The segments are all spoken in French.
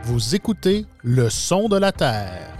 Vous écoutez le son de la terre.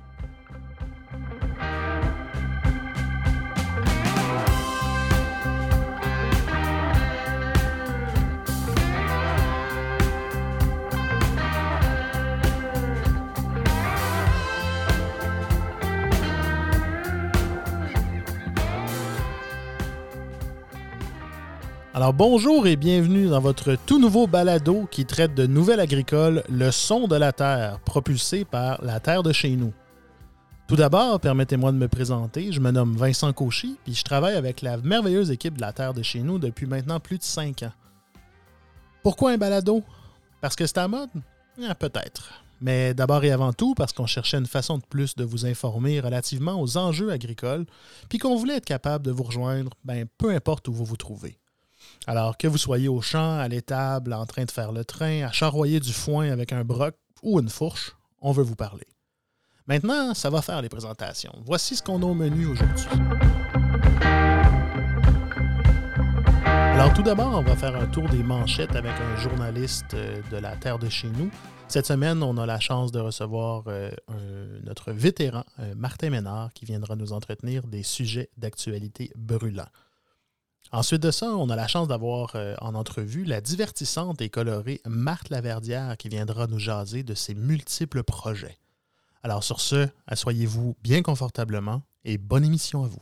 Alors bonjour et bienvenue dans votre tout nouveau balado qui traite de nouvelles agricoles, le son de la terre, propulsé par La Terre de chez nous. Tout d'abord, permettez-moi de me présenter, je me nomme Vincent Cauchy, puis je travaille avec la merveilleuse équipe de La Terre de chez nous depuis maintenant plus de 5 ans. Pourquoi un balado? Parce que c'est à mode? Peut-être. Mais d'abord et avant tout, parce qu'on cherchait une façon de plus de vous informer relativement aux enjeux agricoles, puis qu'on voulait être capable de vous rejoindre, peu importe où vous vous trouvez. Alors que vous soyez au champ, à l'étable, en train de faire le train, à charroyer du foin avec un broc ou une fourche, on veut vous parler. Maintenant, ça va faire les présentations. Voici ce qu'on a au menu aujourd'hui. Alors tout d'abord, on va faire un tour des manchettes avec un journaliste de La Terre de chez nous. Cette semaine, on a la chance de recevoir notre vétéran, Martin Ménard, qui viendra nous entretenir des sujets d'actualité brûlants. Ensuite de ça, on a la chance d'avoir en entrevue la divertissante et colorée Marthe Laverdière qui viendra nous jaser de ses multiples projets. Alors sur ce, asseyez-vous bien confortablement et bonne émission à vous.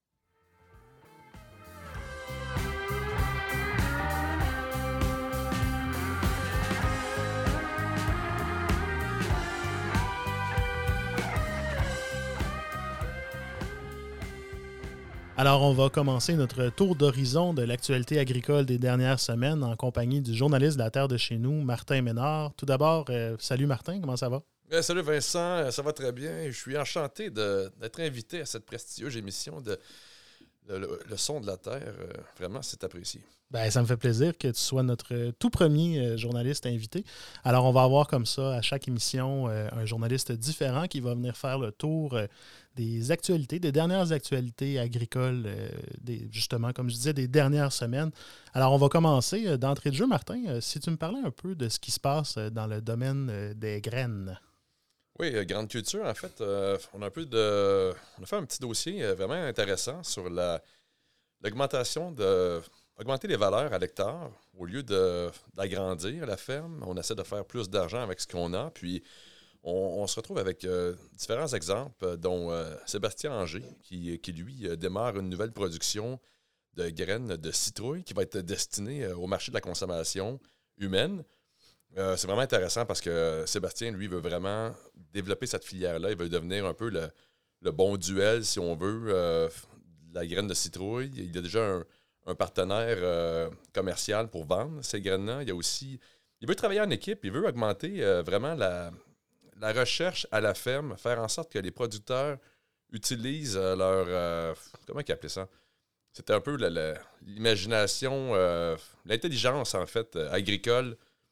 Alors, on va commencer notre tour d'horizon de l'actualité agricole des dernières semaines en compagnie du journaliste de La Terre de chez nous, Martin Ménard. Tout d'abord, salut Martin, comment ça va? Salut Vincent, ça va très bien. Je suis enchanté d'être invité à cette prestigieuse émission de le son de la terre. Vraiment, c'est apprécié. Ça me fait plaisir que tu sois notre tout premier journaliste invité. Alors, on va avoir comme ça, à chaque émission, un journaliste différent qui va venir faire le tour des actualités, des dernières actualités agricoles, justement, comme je disais, des dernières semaines. Alors, on va commencer d'entrée de jeu, Martin. Si tu me parlais un peu de ce qui se passe dans le domaine des graines. Oui, Grande Culture, en fait, on a fait un petit dossier vraiment intéressant sur l'augmentation augmenter les valeurs à l'hectare au lieu d'agrandir la ferme. On essaie de faire plus d'argent avec ce qu'on a, puis on se retrouve avec différents exemples, dont Sébastien Anger, qui lui, démarre une nouvelle production de graines de citrouille qui va être destinée au marché de la consommation humaine. C'est vraiment intéressant parce que Sébastien, lui, veut vraiment développer cette filière-là. Il veut devenir un peu le bon duel, si on veut, de la graine de citrouille. Il a déjà un partenaire commercial pour vendre ces graines-là. Il veut travailler en équipe, il veut augmenter vraiment la recherche à la ferme, faire en sorte que les producteurs utilisent comment ils appelaient ça? C'était un peu l'imagination, l'intelligence, en fait, agricole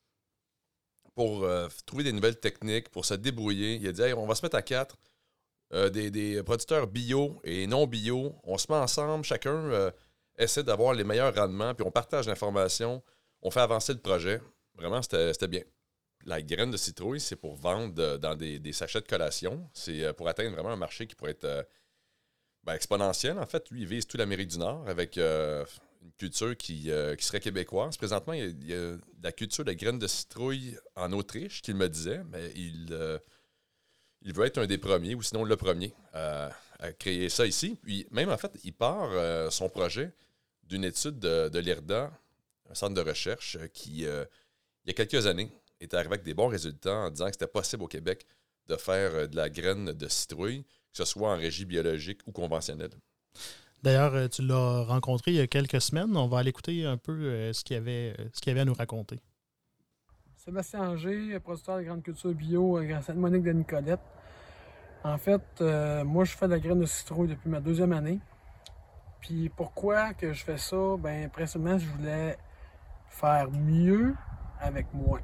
pour trouver des nouvelles techniques, pour se débrouiller. Il a dit, hey, on va se mettre à 4, des producteurs bio et non bio. On se met ensemble, chacun essaie d'avoir les meilleurs rendements, puis on partage l'information, on fait avancer le projet. Vraiment, c'était bien. La graine de citrouille, c'est pour vendre dans des sachets de collation. C'est pour atteindre vraiment un marché qui pourrait être exponentiel. En fait, lui, il vise toute l'Amérique du Nord avec une culture qui serait québécoise. Présentement, il y a de la culture de graines de citrouille en Autriche, qu'il me disait, mais il veut être un des premiers, ou sinon le premier, à créer ça ici. Puis même, en fait, il part son projet d'une étude de l'IRDA, un centre de recherche qui, il y a quelques années, était arrivé avec des bons résultats en disant que c'était possible au Québec de faire de la graine de citrouille, que ce soit en régie biologique ou conventionnelle. D'ailleurs, tu l'as rencontré il y a quelques semaines. On va aller écouter un peu ce qu'il y avait à nous raconter. Sébastien Anger, producteur de grande culture bio à Sainte-Monique de Nicolette. En fait, moi, je fais de la graine de citrouille depuis ma 2e année. Puis pourquoi que je fais ça? Principalement, je voulais faire mieux avec moins.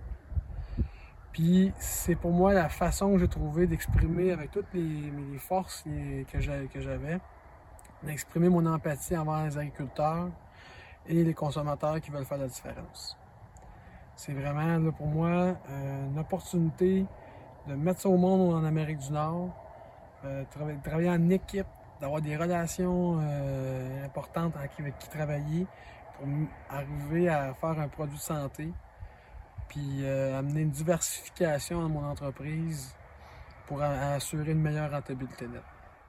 Puis c'est pour moi la façon que j'ai trouvé d'exprimer avec toutes les forces que j'avais, d'exprimer mon empathie envers les agriculteurs et les consommateurs qui veulent faire la différence. C'est vraiment, là, pour moi, une opportunité de mettre ça au monde en Amérique du Nord, travailler en équipe, d'avoir des relations importantes avec qui travailler pour arriver à faire un produit de santé, puis amener une diversification à mon entreprise pour assurer une meilleure rentabilité nette.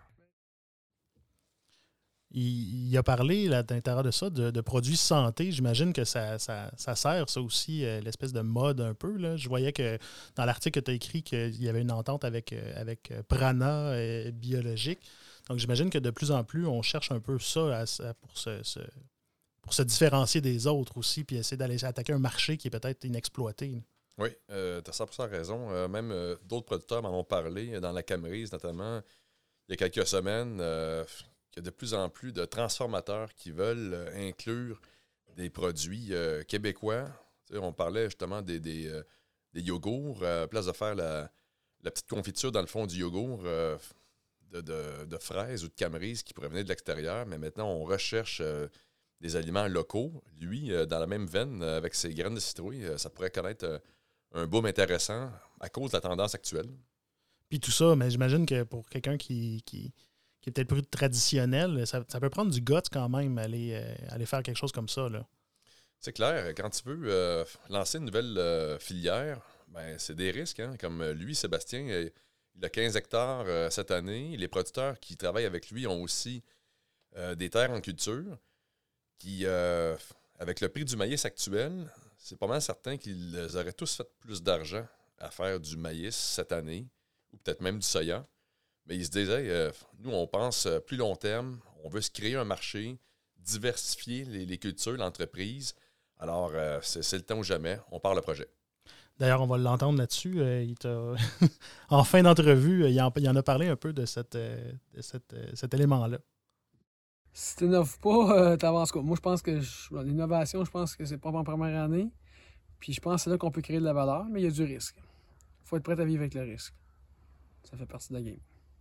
Il a parlé là, à l'intérieur de ça, de produits santé. J'imagine que ça sert, ça aussi, l'espèce de mode un peu. Là. Je voyais que dans l'article que tu as écrit qu'il y avait une entente avec Prana Biologique. Donc, j'imagine que de plus en plus, on cherche un peu ça pour se différencier des autres aussi, puis essayer d'aller attaquer un marché qui est peut-être inexploité. Oui, tu as 100% raison. Même d'autres producteurs m'en ont parlé, dans la Camerise notamment, il y a quelques semaines. Il y a de plus en plus de transformateurs qui veulent inclure des produits québécois. Tu sais, on parlait justement des yogourts. À place de faire la petite confiture dans le fond du yogourt de fraises ou de camerise qui pourrait venir de l'extérieur, mais maintenant on recherche des aliments locaux. Lui, dans la même veine, avec ses graines de citrouille, ça pourrait connaître un boom intéressant à cause de la tendance actuelle. Puis tout ça, mais j'imagine que pour quelqu'un qui est peut-être plus traditionnel, ça peut prendre du guts quand même, aller faire quelque chose comme ça. Là. C'est clair, quand tu veux lancer une nouvelle filière, ben, c'est des risques. Hein? Comme lui, Sébastien, il a 15 hectares cette année. Les producteurs qui travaillent avec lui ont aussi des terres en culture qui, avec le prix du maïs actuel, c'est pas mal certain qu'ils auraient tous fait plus d'argent à faire du maïs cette année, ou peut-être même du soya. Mais ils se disaient, nous, on pense plus long terme, on veut se créer un marché, diversifier les cultures, l'entreprise. Alors, c'est le temps ou jamais, on part le projet. D'ailleurs, on va l'entendre là-dessus. En fin d'entrevue, il en a parlé un peu de cet élément-là. Si tu n'innoves pas, t'avances quoi? Moi, je pense que l'innovation, je pense que c'est pas en première année. Puis je pense que c'est là qu'on peut créer de la valeur, mais il y a du risque. Il faut être prêt à vivre avec le risque. Ça fait partie de la game.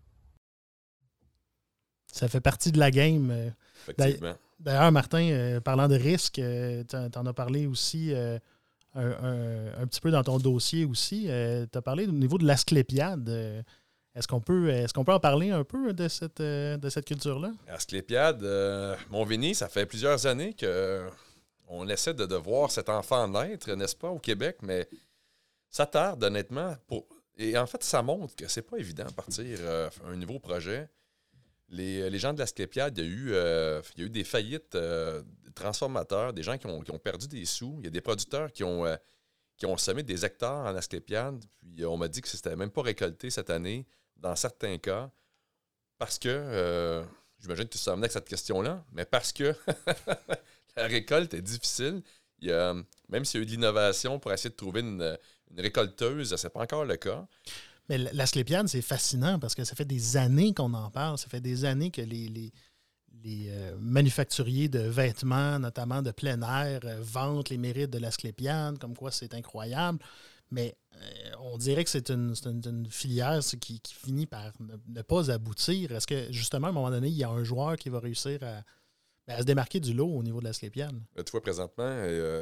Ça fait partie de la game. Effectivement. D'ailleurs, Martin, parlant de risque, tu en as parlé aussi un petit peu dans ton dossier aussi. Tu as parlé au niveau de l'asclépiade. Est-ce qu'on peut en parler un peu de cette culture-là? Asclépiade, mon Vinny, ça fait plusieurs années qu'on essaie de voir cet enfant naître, n'est-ce pas, au Québec, mais ça tarde, honnêtement. Et en fait, ça montre que c'est pas évident de partir un nouveau projet. Les gens de l'Asclépiade, il y a eu des faillites de transformateurs, des gens qui ont perdu des sous. Il y a des producteurs qui ont semé des hectares en Asclépiade, puis on m'a dit que c'était même pas récolté cette année, dans certains cas, parce que, j'imagine que tu t'en venais avec cette question-là, mais parce que la récolte est difficile. Même s'il y a eu de l'innovation pour essayer de trouver une récolteuse, ce n'est pas encore le cas. Mais l'asclépiade, c'est fascinant parce que ça fait des années qu'on en parle. Ça fait des années que les manufacturiers de vêtements, notamment de plein air, vantent les mérites de l'asclépiade, comme quoi c'est incroyable. Mais on dirait que c'est une filière qui finit par ne pas aboutir. Est-ce que, justement, à un moment donné, il y a un joueur qui va réussir à se démarquer du lot au niveau de l'asclépiade? Tu vois, présentement,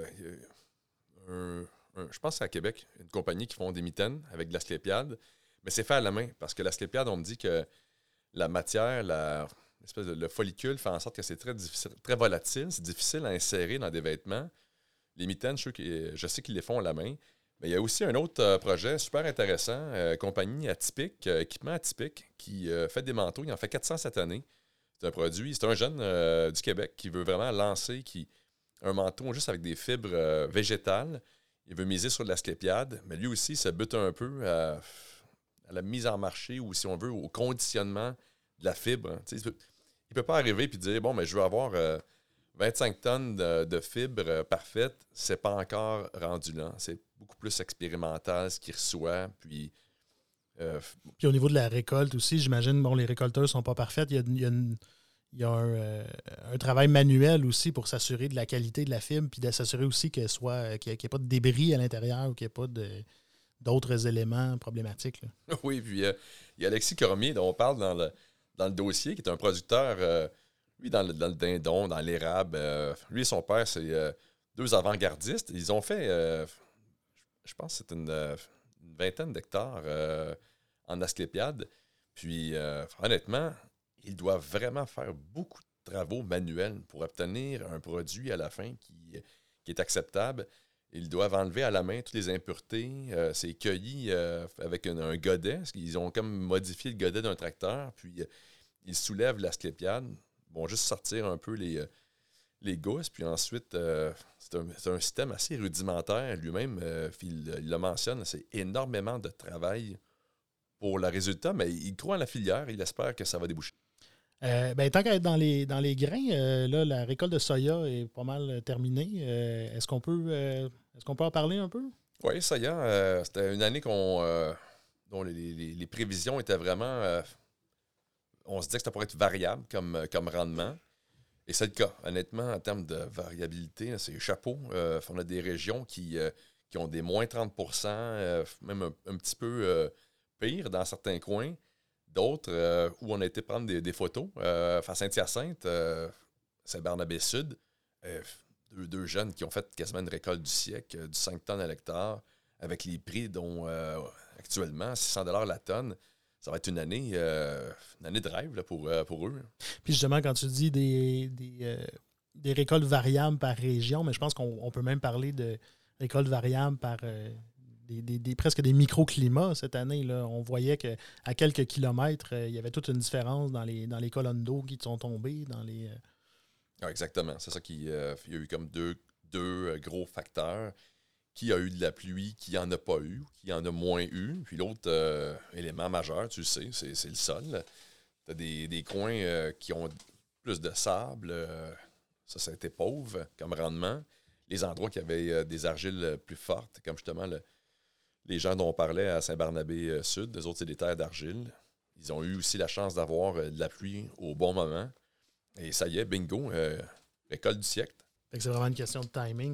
je pense que c'est à Québec, une compagnie qui font des mitaines avec de l'asclépiade, mais c'est fait à la main, parce que l'asclépiade, on me dit que la matière, le follicule fait en sorte que c'est très difficile, très volatile, c'est difficile à insérer dans des vêtements. Les mitaines, je sais qu'ils les font à la main, mais il y a aussi un autre projet super intéressant, compagnie atypique, équipement atypique, qui fait des manteaux, il en fait 400 cette année. C'est un jeune du Québec qui veut vraiment lancer un manteau juste avec des fibres végétales. Il veut miser sur de l'asclépiade, mais lui aussi, ça bute un peu à la mise en marché ou, si on veut, au conditionnement de la fibre. Hein. Il ne peut pas arriver et dire, bon, mais je veux avoir 25 tonnes de fibres parfaites. C'est pas encore rendu là. C'est beaucoup plus expérimental ce qu'il reçoit. Puis au niveau de la récolte aussi, j'imagine, bon, les récolteurs ne sont pas parfaits. Il y a un travail manuel aussi pour s'assurer de la qualité de la fibre, puis de s'assurer aussi qu'il n'y ait pas de débris à l'intérieur ou qu'il n'y ait pas d'autres éléments problématiques. Là. Oui, puis il y a Alexis Cormier, dont on parle dans le dossier, qui est un producteur, lui, dans le dindon, dans l'érable. Lui et son père, c'est deux avant-gardistes. Ils ont fait je pense que c'est une vingtaine d'hectares en Asclépiade. Puis, honnêtement, ils doivent vraiment faire beaucoup de travaux manuels pour obtenir un produit à la fin qui est acceptable. Ils doivent enlever à la main toutes les impuretés. C'est cueilli avec un godet. Ils ont comme modifié le godet d'un tracteur, puis ils soulèvent l'asclépiade. Ils vont juste sortir un peu les gousses, puis ensuite, c'est un système assez rudimentaire. Lui-même, il le mentionne, c'est énormément de travail pour le résultat, mais il croit en la filière, il espère que ça va déboucher. Tant qu'à être dans les grains, là, la récolte de soya est pas mal terminée. Est-ce qu'on peut en parler un peu? Oui, soya, c'était une année dont les prévisions étaient vraiment... on se disait que ça pourrait être variable comme rendement. Et c'est le cas. Honnêtement, en termes de variabilité, c'est chapeau. On a des régions qui ont des moins 30 même un petit peu pire dans certains coins. D'autres où on a été prendre des photos. À Saint-Hyacinthe, Saint-Barnabé-Sud, deux jeunes qui ont fait quasiment une récolte du siècle, du 5 tonnes à l'hectare, avec les prix dont actuellement, 600 $ la tonne. Ça va être une année de rêve là, pour eux. Puis justement, quand tu dis des récoltes variables par région, mais je pense qu'on peut même parler de récoltes variables par presque des microclimats cette année. Là. On voyait qu'à quelques kilomètres, il y avait toute une différence dans les colonnes d'eau qui sont tombées. Ah, exactement. C'est ça il y a eu comme deux gros facteurs. Qui a eu de la pluie, qui n'en a pas eu, qui en a moins eu. Puis l'autre élément majeur, tu le sais, c'est le sol. Tu as des coins qui ont plus de sable. Ça a été pauvre comme rendement. Les endroits qui avaient des argiles plus fortes, comme justement les gens dont on parlait à Saint-Barnabé-Sud, eux autres, c'est des terres d'argile. Ils ont eu aussi la chance d'avoir de la pluie au bon moment. Et ça y est, bingo, récolte du siècle. C'est vraiment une question de timing.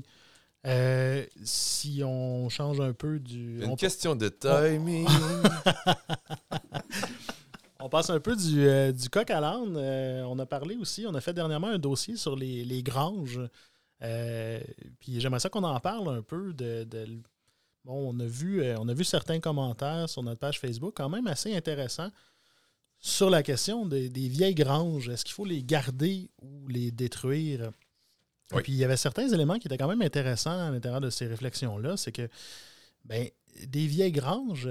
Si on change un peu Une question de timing. On passe un peu du coq à l'âne. On a parlé aussi, on a fait dernièrement un dossier sur les granges. Puis j'aimerais ça qu'on en parle un peu Bon, on a vu certains commentaires sur notre page Facebook, quand même assez intéressants, sur la question des vieilles granges. Est-ce qu'il faut les garder ou les détruire? Oui. Et puis, il y avait certains éléments qui étaient quand même intéressants à l'intérieur de ces réflexions-là. C'est que, des vieilles granges,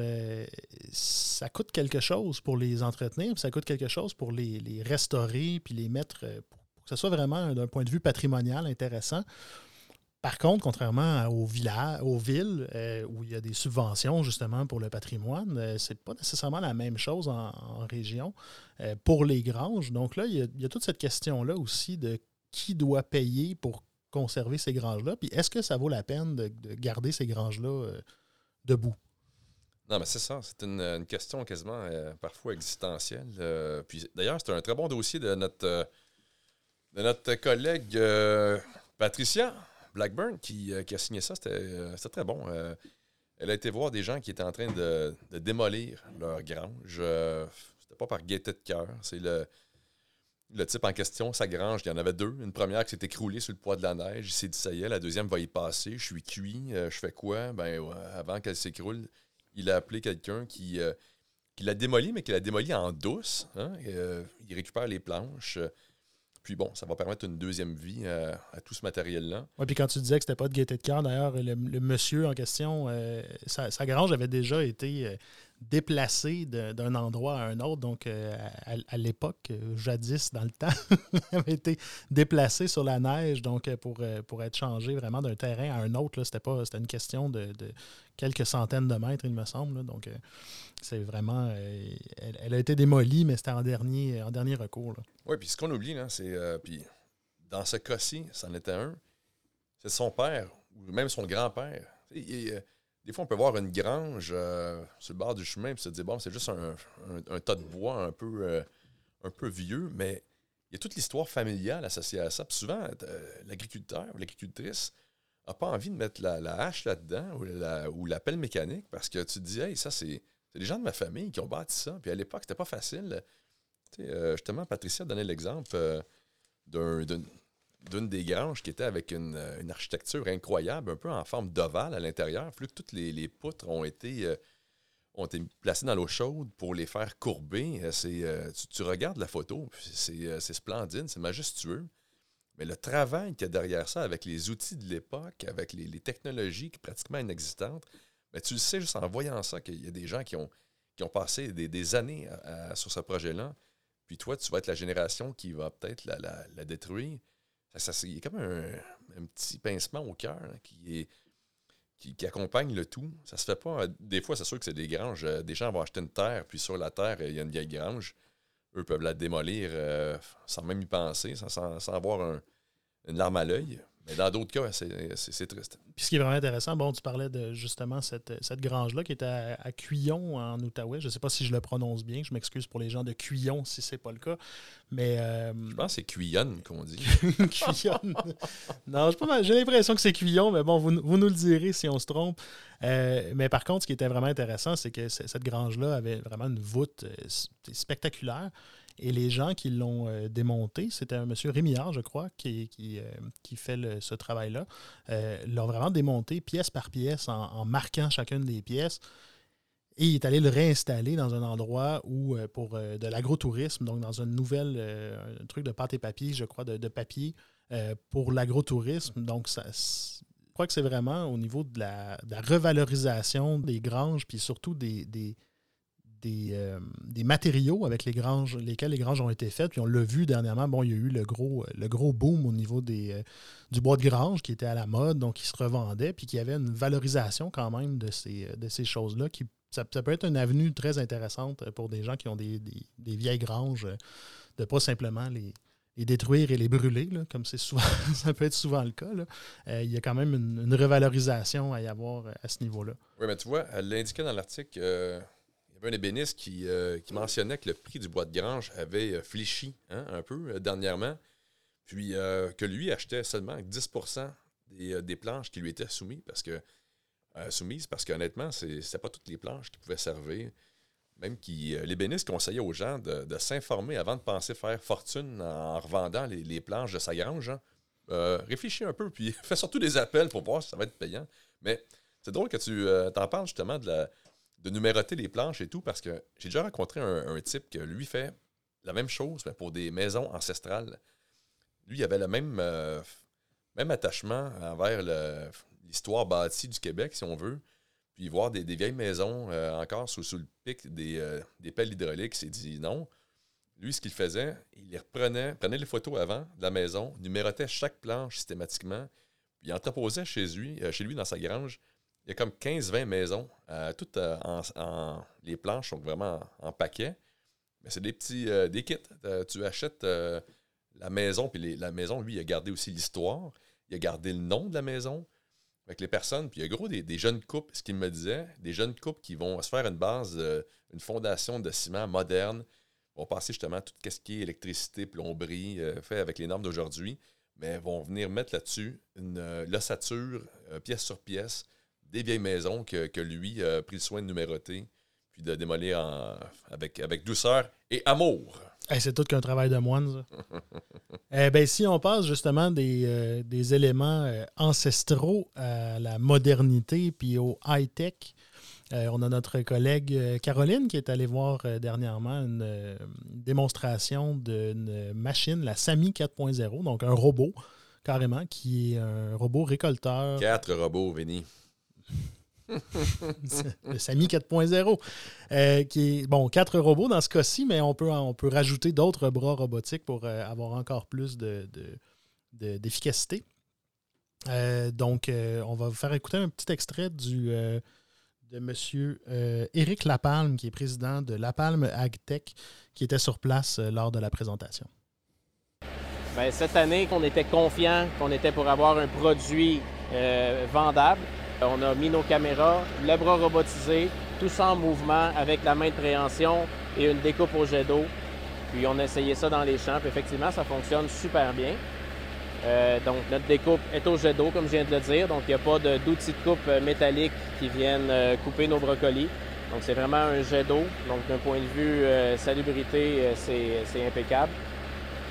ça coûte quelque chose pour les entretenir, puis ça coûte quelque chose pour les restaurer, puis les mettre pour que ce soit vraiment, d'un point de vue patrimonial, intéressant. Par contre, contrairement aux villes, où il y a des subventions justement pour le patrimoine, c'est pas nécessairement la même chose en région pour les granges. Donc là, il y a toute cette question-là aussi de qui doit payer pour conserver ces granges-là, puis est-ce que ça vaut la peine de garder ces granges-là debout? Non, mais c'est ça. C'est une question quasiment parfois existentielle. Puis d'ailleurs, c'est un très bon dossier de notre collègue Patricia Blackburn qui a signé ça. C'était très bon. Elle a été voir des gens qui étaient en train de démolir leur grange. C'était pas par gaieté de cœur. C'est le type en question, sa grange, il y en avait deux. Une première qui s'est écroulée sur le poids de la neige. Il s'est dit, ça y est, la deuxième va y passer. Je suis cuit. Je fais quoi? Avant qu'elle s'écroule, il a appelé quelqu'un qui l'a démoli, mais qui l'a démoli en douce. Hein? Il récupère les planches. Puis bon, ça va permettre une deuxième vie à tout ce matériel-là. Oui, puis quand tu disais que c'était pas de gaieté de cœur, d'ailleurs, le monsieur en question, sa grange avait déjà été déplacée d'un endroit à un autre. Donc, à l'époque, jadis, dans le temps, elle avait été déplacée sur la neige donc pour être changée vraiment d'un terrain à un autre. Là, c'était une question de quelques centaines de mètres, il me semble. Là. Donc, c'est vraiment... elle a été démolie, mais c'était en dernier recours. Là. Oui, puis ce qu'on oublie, là, c'est... puis dans ce cas-ci, c'en était un. C'est son père, ou même son grand-père. Des fois, on peut voir une grange sur le bord du chemin et se dire, bon, c'est juste un tas de bois un peu vieux, mais il y a toute l'histoire familiale associée à ça. Puis souvent, l'agriculteur ou l'agricultrice n'a pas envie de mettre la hache là-dedans ou la pelle mécanique parce que tu te dis, hey, ça, c'est des gens de ma famille qui ont bâti ça. Puis à l'époque, c'était pas facile. Justement, Patricia donnait l'exemple d'une des granges qui était avec une architecture incroyable, un peu en forme d'ovale à l'intérieur. Plus que toutes les poutres ont été placées dans l'eau chaude pour les faire courber. Tu regardes la photo, c'est splendide, c'est majestueux. Mais le travail qu'il y a derrière ça, avec les outils de l'époque, avec les technologies pratiquement inexistantes, mais tu le sais juste en voyant ça qu'il y a des gens qui ont passé des années sur ce projet-là. Puis toi, tu vas être la génération qui va peut-être la détruire. Il y a comme un petit pincement au cœur qui accompagne le tout. Ça se fait pas. Des fois, c'est sûr que c'est des granges. Des gens vont acheter une terre, puis sur la terre, il y a une vieille grange. Eux peuvent la démolir sans même y penser, sans avoir une larme à l'œil. Mais dans d'autres cas, c'est triste. Puis ce qui est vraiment intéressant, bon, tu parlais de justement cette grange-là qui était à Cuillon, en Outaouais. Je ne sais pas si je le prononce bien. Je m'excuse pour les gens de Cuillon si c'est pas le cas. Mais je pense que c'est Cuyonne qu'on dit. Cuyonne. Non, j'ai l'impression que c'est Cuillon, mais bon, vous nous le direz si on se trompe. Mais par contre, ce qui était vraiment intéressant, c'est que cette grange-là avait vraiment une voûte spectaculaire. Et les gens qui l'ont démonté, c'était un monsieur Rémillard, je crois, qui fait ce travail-là, l'ont vraiment démonté pièce par pièce en marquant chacune des pièces. Et il est allé le réinstaller dans un endroit où pour de l'agrotourisme, donc dans une nouvelle, un truc de pâte et papier, je crois, de papier pour l'agrotourisme. Donc, je crois que c'est vraiment au niveau de la revalorisation des granges, puis surtout des matériaux avec lesquels les granges ont été faites. Puis on l'a vu dernièrement, bon, il y a eu le gros boom au niveau du bois de grange qui était à la mode, donc qui se revendait, puis qui avait une valorisation quand même de ces choses-là. Ça peut être une avenue très intéressante pour des gens qui ont des vieilles granges, de ne pas simplement les détruire et les brûler, là, comme ça peut être souvent le cas. Là. Il y a quand même une revalorisation à y avoir à ce niveau-là. Oui, mais tu vois, elle l'indiquait dans l'article, il y avait un ébéniste qui mentionnait que le prix du bois de grange avait fléchi un peu dernièrement, puis que lui achetait seulement 10% des planches qui lui étaient soumises parce qu'honnêtement, c'était pas toutes les planches qui pouvaient servir. Même l'ébéniste conseillait aux gens de s'informer avant de penser faire fortune en revendant les planches de sa grange. Réfléchis un peu, puis fais surtout des appels pour voir si ça va être payant. Mais c'est drôle que tu t'en parles justement de numéroter les planches et tout, parce que j'ai déjà rencontré un type qui, lui, fait la même chose, mais pour des maisons ancestrales. Lui, il avait le même attachement envers l'histoire bâtie du Québec, si on veut. Puis voir des vieilles maisons encore sous le pic des pelles hydrauliques, il s'est dit non. Lui, ce qu'il faisait, il prenait les photos avant de la maison, numérotait chaque planche systématiquement, puis il entreposait chez lui dans sa grange. Il y a comme 15-20 maisons, toutes les planches sont vraiment en paquet. Mais c'est des kits. Tu achètes la maison, puis la maison, lui, il a gardé aussi l'histoire. Il a gardé le nom de la maison avec les personnes. Puis il y a gros des jeunes couples, ce qu'il me disait, des jeunes couples qui vont se faire une base, une fondation de ciment moderne, vont passer justement tout ce qui est électricité, plomberie, fait avec les normes d'aujourd'hui, mais vont venir mettre là-dessus une l'ossature, pièce sur pièce, des vieilles maisons que lui a pris le soin de numéroter, puis de démolir avec douceur et amour. Hey, c'est tout qu'un travail de moine, ça. Si on passe justement des éléments ancestraux à la modernité puis au high-tech, on a notre collègue Caroline qui est allée voir dernièrement une démonstration d'une machine, la Sami 4.0, donc un robot carrément, qui est un robot récolteur. 4 robots, Vinny. Le Sami 4.0, qui est, 4 robots dans ce cas-ci, mais on peut rajouter d'autres bras robotiques pour avoir encore plus d'efficacité. Donc, on va vous faire écouter un petit extrait de M. Éric Lapalme, qui est président de Lapalme AgTech, qui était sur place lors de la présentation. Bien, cette année, on était confiant qu'on était pour avoir un produit vendable. On a mis nos caméras, le bras robotisé, tout ça en mouvement avec la main de préhension et une découpe au jet d'eau. Puis on a essayé ça dans les champs, puis effectivement, ça fonctionne super bien. Donc notre découpe est au jet d'eau, comme je viens de le dire. Donc il n'y a pas d'outils de coupe métalliques qui viennent couper nos brocolis. Donc c'est vraiment un jet d'eau. Donc d'un point de vue salubrité, c'est impeccable.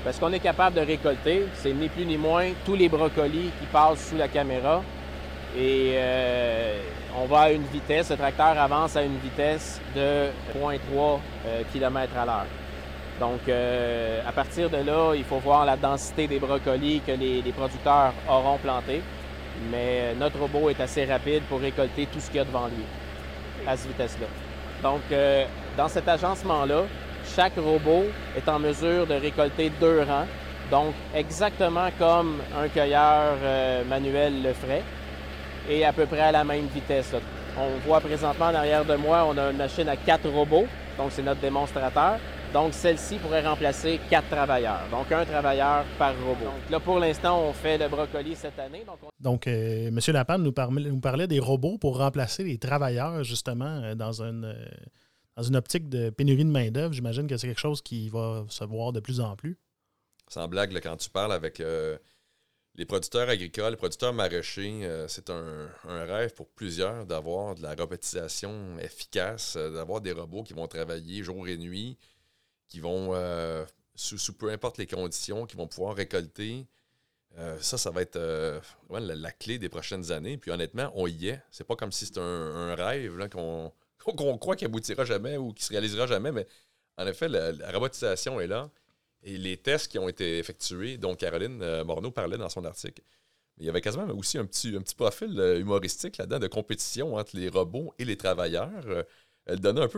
Parce qu'on est capable de récolter, c'est ni plus ni moins tous les brocolis qui passent sous la caméra. Et on va à une vitesse, le tracteur avance à une vitesse de 0,3 km à l'heure. Donc, à partir de là, il faut voir la densité des brocolis que les producteurs auront plantés. Mais notre robot est assez rapide pour récolter tout ce qu'il y a devant lui, à cette vitesse-là. Donc, dans cet agencement-là, chaque robot est en mesure de récolter 2 rangs, donc exactement comme un cueilleur manuel le ferait, et à peu près à la même vitesse. Là. On voit présentement en arrière de moi, on a une machine à 4 robots, donc c'est notre démonstrateur. Donc, celle-ci pourrait remplacer 4 travailleurs, donc 1 travailleur par robot. Donc là, pour l'instant, on fait le brocoli cette année. Donc, M. Lapalme nous parlait des robots pour remplacer les travailleurs, justement, dans une optique de pénurie de main-d'œuvre. J'imagine que c'est quelque chose qui va se voir de plus en plus. Sans blague, là, quand tu parles avec les producteurs agricoles, les producteurs maraîchers, c'est un rêve pour plusieurs d'avoir de la robotisation efficace, d'avoir des robots qui vont travailler jour et nuit, qui vont, sous peu importe les conditions, qui vont pouvoir récolter. Ça va être vraiment la clé des prochaines années. Puis honnêtement, on y est. C'est pas comme si c'était un rêve là, qu'on croit qu'il aboutira jamais ou qu'il se réalisera jamais. Mais en effet, la robotisation est là. Et les tests qui ont été effectués, dont Caroline Morneau parlait dans son article, il y avait quasiment aussi un petit profil humoristique là-dedans de compétition entre les robots et les travailleurs. Elle donnait un peu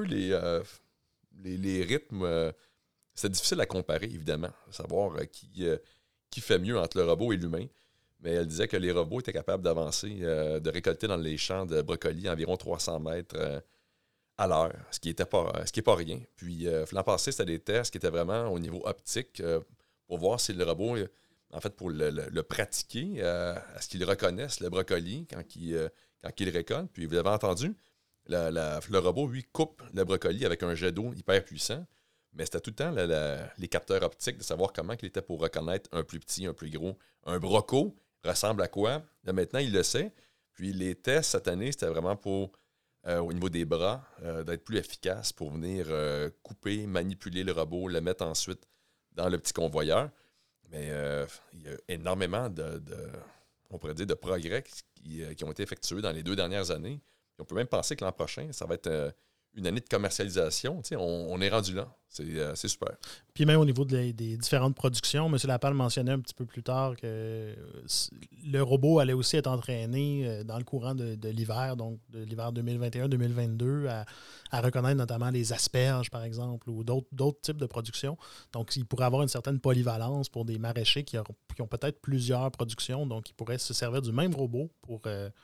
les rythmes. C'est difficile à comparer, évidemment, savoir qui fait mieux entre le robot et l'humain. Mais elle disait que les robots étaient capables d'avancer, de récolter dans les champs de brocolis environ 300 mètres à l'heure, ce qui est pas rien. Puis l'an passé, c'était des tests qui étaient vraiment au niveau optique pour voir si le robot, en fait, pour le pratiquer, à ce qu'il reconnaisse le brocoli quand il récolte. Puis vous l'avez entendu, le robot, lui, coupe le brocoli avec un jet d'eau hyper puissant. Mais c'était tout le temps les capteurs optiques de savoir comment il était pour reconnaître un plus petit, un plus gros. Un broco ressemble à quoi? Là, maintenant, il le sait. Puis les tests cette année, c'était vraiment pour, au niveau des bras, d'être plus efficace pour venir couper, manipuler le robot, le mettre ensuite dans le petit convoyeur. Mais il y a énormément on pourrait dire, de progrès qui ont été effectués dans les 2 dernières années. Et on peut même penser que l'an prochain, ça va être une année de commercialisation. On est rendu là. C'est super. Puis même au niveau des différentes productions, M. Lapalme mentionnait un petit peu plus tard que le robot allait aussi être entraîné dans le courant de l'hiver, donc de l'hiver 2021-2022, à reconnaître notamment les asperges, par exemple, ou d'autres types de productions. Donc, il pourrait avoir une certaine polyvalence pour des maraîchers qui ont peut-être plusieurs productions, donc ils pourraient se servir du même robot pour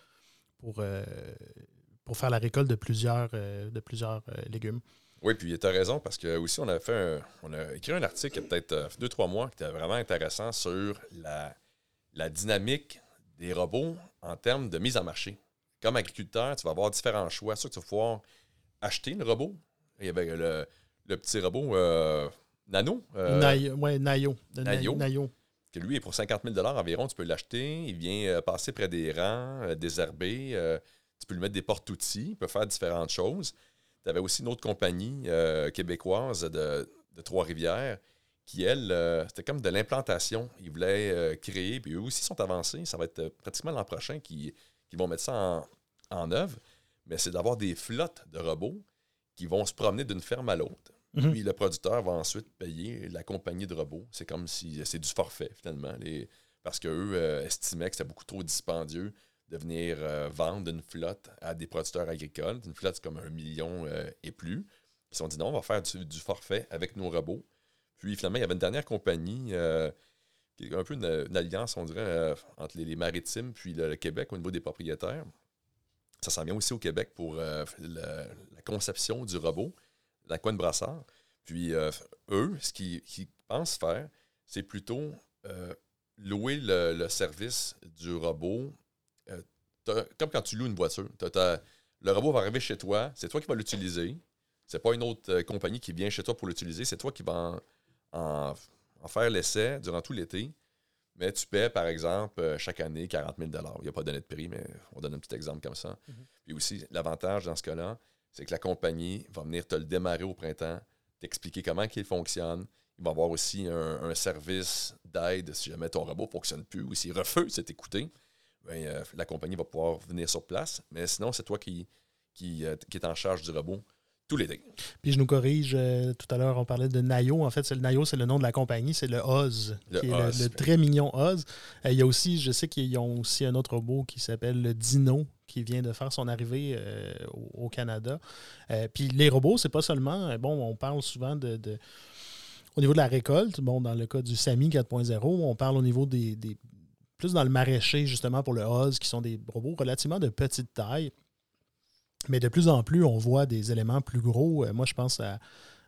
faire la récolte de plusieurs légumes. Oui, puis tu as raison, parce que aussi on a écrit un article il y a peut-être 2-3 mois qui était vraiment intéressant sur la dynamique des robots en termes de mise en marché. Comme agriculteur, tu vas avoir différents choix. Soit tu vas pouvoir acheter le robot. Il y avait le petit robot Nano. Nayo. Nayo. Que lui est pour 50 000 environ, tu peux l'acheter. Il vient passer près des rangs, désherber. Tu peux lui mettre des porte-outils, il peut faire différentes choses. Tu avais aussi une autre compagnie québécoise de Trois-Rivières qui, elle, c'était comme de l'implantation. Ils voulaient créer, puis eux aussi sont avancés. Ça va être pratiquement l'an prochain qu'ils vont mettre ça en œuvre. Mais c'est d'avoir des flottes de robots qui vont se promener d'une ferme à l'autre. Mm-hmm. Puis le producteur va ensuite payer la compagnie de robots. C'est comme si c'est du forfait, finalement. Parce qu'eux estimaient que c'était beaucoup trop dispendieux de venir vendre une flotte à des producteurs agricoles. Une flotte, c'est comme 1 million et plus. Ils se sont dit non, on va faire du forfait avec nos robots. Puis finalement, il y avait une dernière compagnie qui est un peu une alliance, on dirait, entre les maritimes puis le Québec au niveau des propriétaires. Ça s'en vient aussi au Québec pour la conception du robot, la Coin de Brassard. Puis eux, ce qu'ils pensent faire, c'est plutôt louer le service du robot. Comme quand tu loues une voiture, le robot va arriver chez toi, c'est toi qui vas l'utiliser. C'est pas une autre compagnie qui vient chez toi pour l'utiliser, c'est toi qui vas en faire l'essai durant tout l'été. Mais tu paies, par exemple, chaque année 40 000 $. Il n'y a pas donné de prix, mais on donne un petit exemple comme ça. Mm-hmm. Puis aussi, l'avantage dans ce cas-là, c'est que la compagnie va venir te le démarrer au printemps, t'expliquer comment il fonctionne. Il va y avoir aussi un service d'aide si jamais ton robot ne fonctionne plus ou s'il refuse de t'écouter. Bien, la compagnie va pouvoir venir sur place. Mais sinon, c'est toi qui est en charge du robot tout l'été. Puis je nous corrige, tout à l'heure, on parlait de Nayo. En fait, Nayo, c'est le nom de la compagnie, c'est le Oz, le très mignon Oz. Il y a aussi, je sais qu'ils ont aussi un autre robot qui s'appelle le Dino, qui vient de faire son arrivée au Canada. Puis les robots, c'est pas seulement, on parle souvent au niveau de la récolte, dans le cas du SAMI 4.0, on parle au niveau des plus dans le maraîcher, justement, pour le Oz, qui sont des robots relativement de petite taille. Mais de plus en plus, on voit des éléments plus gros. Moi, je pense à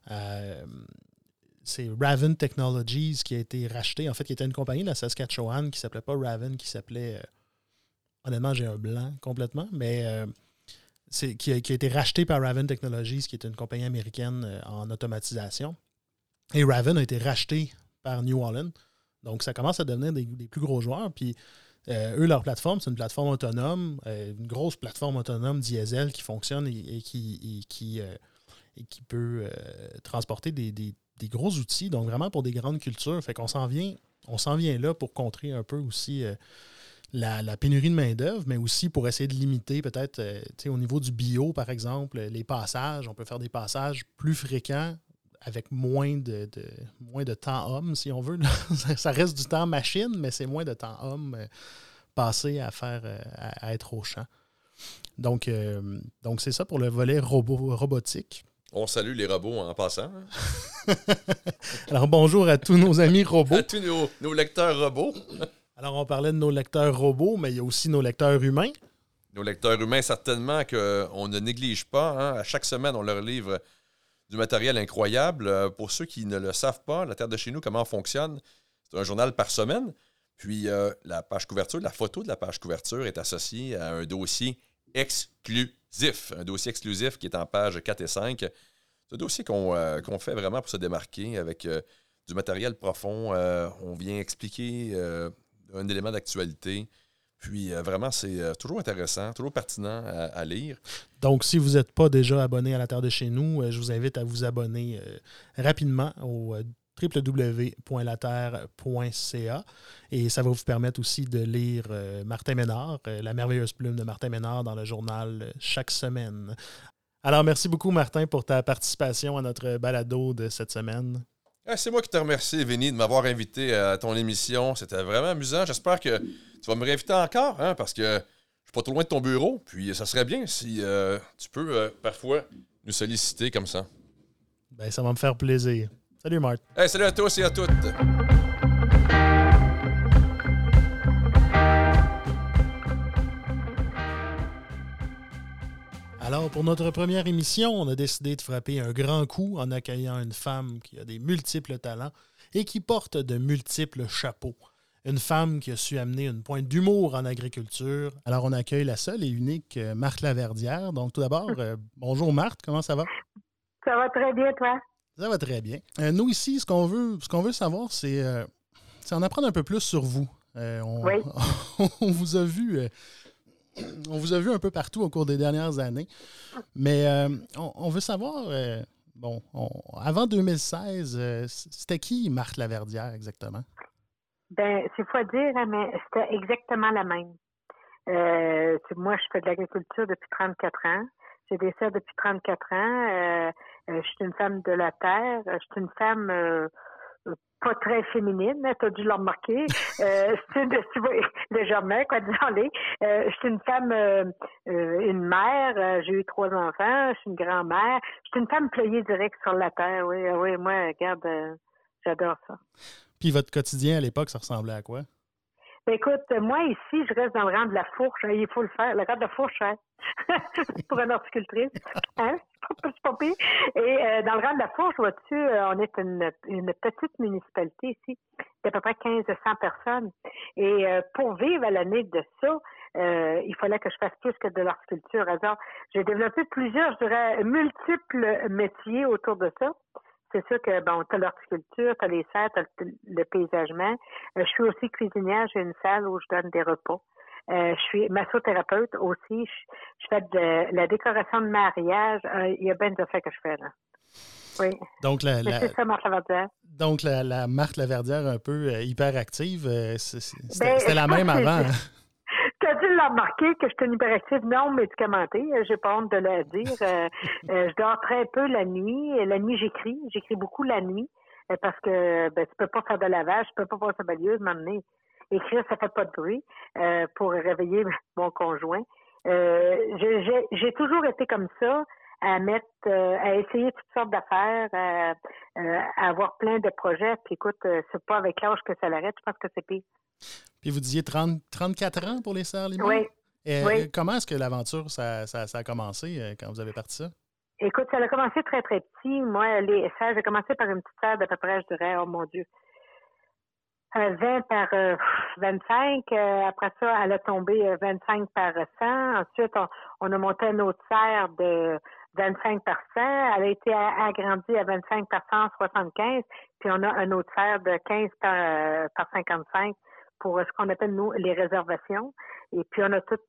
c'est Raven Technologies qui a été racheté. En fait, qui était une compagnie de la Saskatchewan qui ne s'appelait pas Raven, qui s'appelait... honnêtement, j'ai un blanc complètement, mais qui a été racheté par Raven Technologies, qui est une compagnie américaine en automatisation. Et Raven a été racheté par New Holland. Donc, ça commence à devenir des plus gros joueurs. Puis, eux, leur plateforme, c'est une plateforme autonome, une grosse plateforme autonome diesel qui fonctionne et qui peut transporter des gros outils, donc vraiment pour des grandes cultures. Fait qu'on s'en vient là pour contrer un peu aussi la pénurie de main-d'œuvre, mais aussi pour essayer de limiter peut-être au niveau du bio, par exemple, les passages. On peut faire des passages plus fréquents avec moins de temps homme, si on veut. Ça reste du temps machine, mais c'est moins de temps homme passé à être au champ. Donc c'est ça pour le volet robotique. On salue les robots en passant. Alors, bonjour à tous nos amis robots. À tous nos lecteurs robots. Alors, on parlait de nos lecteurs robots, mais il y a aussi nos lecteurs humains. Nos lecteurs humains, certainement, qu'on ne néglige pas. Hein. À chaque semaine, on leur livre du matériel incroyable. Pour ceux qui ne le savent pas, La Terre de chez nous, comment fonctionne, c'est un journal par semaine. Puis la page couverture, la photo de la page couverture est associée à un dossier exclusif. Un dossier exclusif qui est en page 4 et 5. C'est un dossier qu'on fait vraiment pour se démarquer avec du matériel profond. On vient expliquer un élément d'actualité. Puis vraiment, c'est toujours intéressant, toujours pertinent à lire. Donc, si vous n'êtes pas déjà abonné à La Terre de chez nous, je vous invite à vous abonner rapidement au www.laterre.ca et ça va vous permettre aussi de lire Martin Ménard, la merveilleuse plume de Martin Ménard dans le journal chaque semaine. Alors, merci beaucoup, Martin, pour ta participation à notre balado de cette semaine. C'est moi qui te remercie, Vinny, de m'avoir invité à ton émission. C'était vraiment amusant. J'espère que tu vas me réinviter encore, hein, parce que je suis pas trop loin de ton bureau. Puis ça serait bien si tu peux parfois nous solliciter comme ça. Ben, ça va me faire plaisir. Salut, Marc. Salut à tous et à toutes. Alors, pour notre première émission, on a décidé de frapper un grand coup en accueillant une femme qui a des multiples talents et qui porte de multiples chapeaux. Une femme qui a su amener une pointe d'humour en agriculture. Alors, on accueille la seule et unique Marthe Laverdière. Donc, tout d'abord, bonjour Marthe, comment ça va? Ça va très bien, toi? Ça va très bien. Nous, ici, ce qu'on veut savoir, c'est en apprendre un peu plus sur vous. Oui. On vous a vu... On vous a vu un peu partout au cours des dernières années, mais on veut savoir, avant 2016, c'était qui Marthe Laverdière exactement? Ben, c'est faut dire, mais c'était exactement la même. Moi, je fais de l'agriculture depuis 34 ans. J'ai des serres depuis 34 ans. Je suis une femme de la terre. Je suis une femme... pas très féminine, tu as dû le remarquer. Légèrement, quoi, disons-les. Je suis une femme, une mère, j'ai eu 3 enfants, je suis une grand-mère. Je suis une femme ployée direct sur la terre, oui, moi, regarde, j'adore ça. Puis votre quotidien à l'époque, ça ressemblait à quoi? Ben écoute, moi ici, je reste dans le rang de la fourche. Il faut le faire. Le rang de la fourche, hein? Pour une horticultrice. Hein? C'est pas pire. Et dans le rang de la fourche, vois-tu, on est une petite municipalité ici, d'à peu près 1500 personnes. Et pour vivre à l'année de ça, il fallait que je fasse plus que de l'horticulture. Alors, j'ai développé plusieurs, je dirais, multiples métiers autour de ça. C'est sûr que, bon, t'as l'horticulture, t'as les serres, t'as le paysagement. Je suis aussi cuisinière, j'ai une salle où je donne des repas. Je suis massothérapeute aussi. Je fais de la décoration de mariage. Il y a bien des affaires que je fais, là. Oui. Donc, c'est ça, Marthe Laverdière. Donc, la Marthe Laverdière un peu hyperactive, c'était la même avant. Tu as dû le remarquer que je suis une hyperactive non médicamentée. J'ai pas honte de le dire. Je dors très peu la nuit. La nuit, j'écris. J'écris beaucoup la nuit parce que tu peux pas faire de lavage, tu peux pas passer sa balieuse, m'emmener. Écrire, ça fait pas de bruit pour réveiller mon conjoint. J'ai toujours été comme ça, à essayer toutes sortes d'affaires, à avoir plein de projets. Puis écoute, c'est pas avec l'âge que ça l'arrête, je pense que c'est pire. Puis vous disiez 34 ans pour les Sœurs Limoux? Oui. Oui. Comment est-ce que l'aventure, ça a commencé quand vous avez parti ça? Écoute, ça a commencé très, très petit. Moi, les sœurs, j'ai commencé par une petite sœur d'à peu près, je dirais, oh mon Dieu, 20 par 25. Après ça, elle a tombé 25 par 100. Ensuite, on a monté une autre serre de 25 par 100. Elle a été agrandie à 25 par 175. Puis on a un autre serre de 15 par 55 pour ce qu'on appelle, nous, les réservations. Et puis on a tout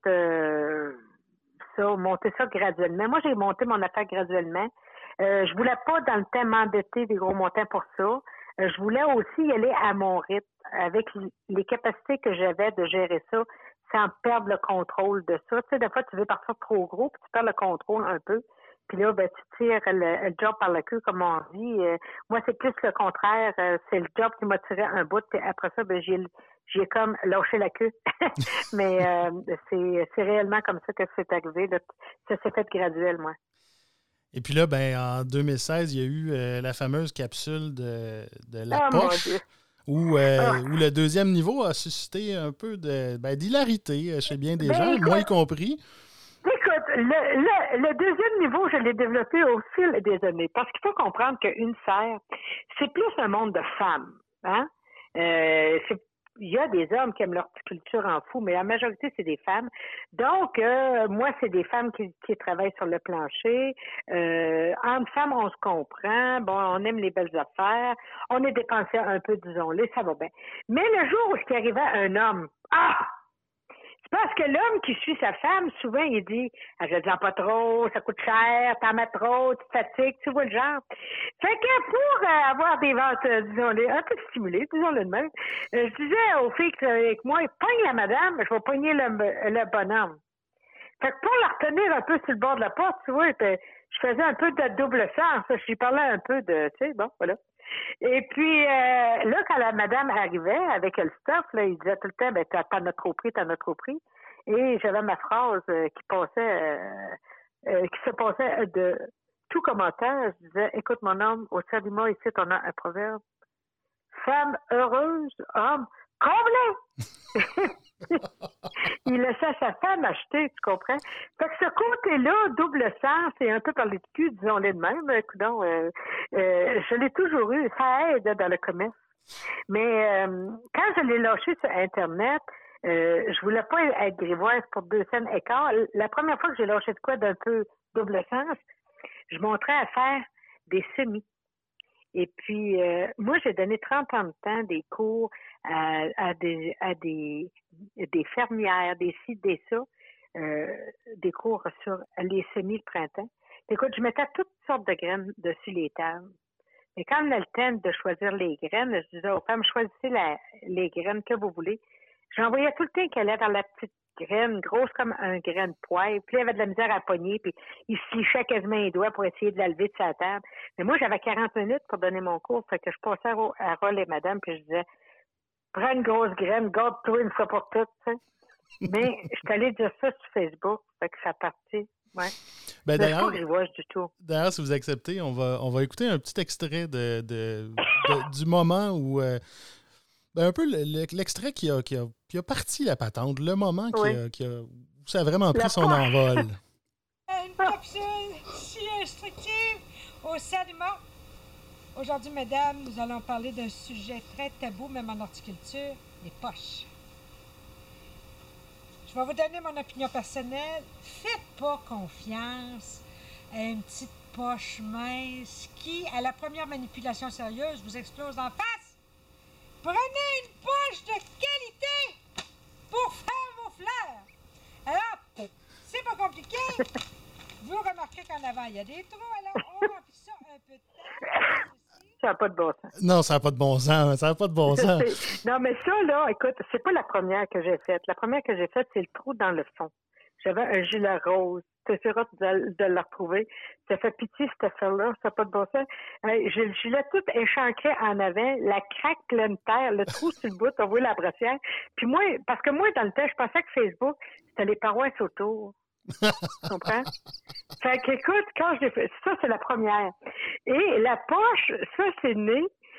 monté ça graduellement. Moi, j'ai monté mon affaire graduellement. Je voulais pas, dans le temps, m'endetter des gros montants pour ça. Je voulais aussi y aller à mon rythme, avec les capacités que j'avais de gérer ça, sans perdre le contrôle de ça. Tu sais, des fois, tu veux partir trop gros, puis tu perds le contrôle un peu. Puis là, tu tires le job par la queue, comme on dit. Moi, c'est plus le contraire. C'est le job qui m'a tiré un bout, puis après ça, j'ai comme lâché la queue. Mais c'est réellement comme ça que c'est arrivé. Là. Ça s'est fait graduel, moi. Et puis là, en 2016, il y a eu la fameuse capsule de la poche, où le deuxième niveau a suscité un peu d'hilarité chez bien des gens, moi y compris. Écoute, le deuxième niveau, je l'ai développé au fil des années. Parce qu'il faut comprendre qu'une serre, c'est plus un monde de femmes. Hein? Il y a des hommes qui aiment l'horticulture en fou, mais la majorité, c'est des femmes. Donc, moi, c'est des femmes qui travaillent sur le plancher. Entre femmes, on se comprend. Bon, on aime les belles affaires. On est dépensé un peu, disons-le, ça va bien. Mais le jour où il arrivait un homme, c'est parce que l'homme qui suit sa femme, souvent, il dit « Achète-en pas trop, ça coûte cher, t'en mets trop, tu te fatigues, tu vois le genre. » Fait que pour avoir des ventes, disons-le, un peu stimulées, disons-le de même, je disais aux filles qui travaillaient avec moi « Pogne la madame, je vais pogner le bonhomme. » Fait que pour la retenir un peu sur le bord de la porte, tu vois, je faisais un peu de double sens. Je lui parlais un peu de, tu sais, bon, voilà. Et puis, là, quand la madame arrivait avec le stuff, là, il disait tout le temps, t'en as trop pris. Et j'avais ma phrase qui se passait de tout commentaire. Je disais, écoute, mon homme, au Sadima, ici, on a un proverbe. Femme heureuse, homme comblé! Il laissait sa femme acheter, tu comprends? Fait que ce côté-là, double sens, c'est un peu parler de cul, disons-le de même. Coudonc, je l'ai toujours eu, ça aide dans le commerce. Mais quand je l'ai lâché sur Internet, je voulais pas être grivoise pour 2 cents écart. La première fois que j'ai lâché de quoi d'un peu double sens, je montrais à faire des semis. Et puis, moi, j'ai donné 30 ans de temps des cours à des fermières, des ci, des ça, des cours sur les semis le printemps. Écoute, je mettais toutes sortes de graines dessus les tables. Et quand on a le temps de choisir les graines, je disais aux femmes, choisissez les graines que vous voulez. J'envoyais tout le temps qu'elle allait dans la petite graine, grosse comme un grain de poivre. Puis il avait de la misère à pogner, puis il se lichait quasiment les doigts pour essayer de la lever de sa table. Mais moi, j'avais 40 minutes pour donner mon cours, fait que je passais à Roll et madame, puis je disais, prends une grosse graine, garde-toi une fois pour toutes, tu sais. Mais je suis allée dire ça sur Facebook, fait que ça partit, ouais. D'ailleurs, du tout. D'ailleurs, si vous acceptez, on va écouter un petit extrait du moment où... un peu l'extrait qui a parti la patente, le moment où ça a vraiment pris son envol. Une capsule si instructive au Sadima. Aujourd'hui, mesdames, nous allons parler d'un sujet très tabou, même en horticulture, les poches. Je vais vous donner mon opinion personnelle. Faites pas confiance à une petite poche mince qui, à la première manipulation sérieuse, vous explose en face. Prenez une poche de qualité pour faire vos fleurs. Alors, c'est pas compliqué. Vous remarquez qu'en avant, il y a des trous, alors on remplit ça un peu de temps. Ça n'a pas de bon sens. Non, ça n'a pas de bon sens. Ça n'a pas de bon sens. Non, mais ça, là, écoute, c'est pas la première que j'ai faite. La première que j'ai faite, c'est le trou dans le fond. J'avais un gilet rose. Tu essaieras de le retrouver. Ça fait pitié, cette affaire-là. Ça n'a pas de bon sens. J'ai le gilet tout échancré en avant, la craque pleine terre, le trou sur le bout, on voit la brassière. Puis moi, parce que moi, dans le temps, je pensais que Facebook, c'était les paroisses autour. Tu comprends? Fait qu'écoute, quand j'ai fait ça, c'est la première. Et la poche, ça, c'est né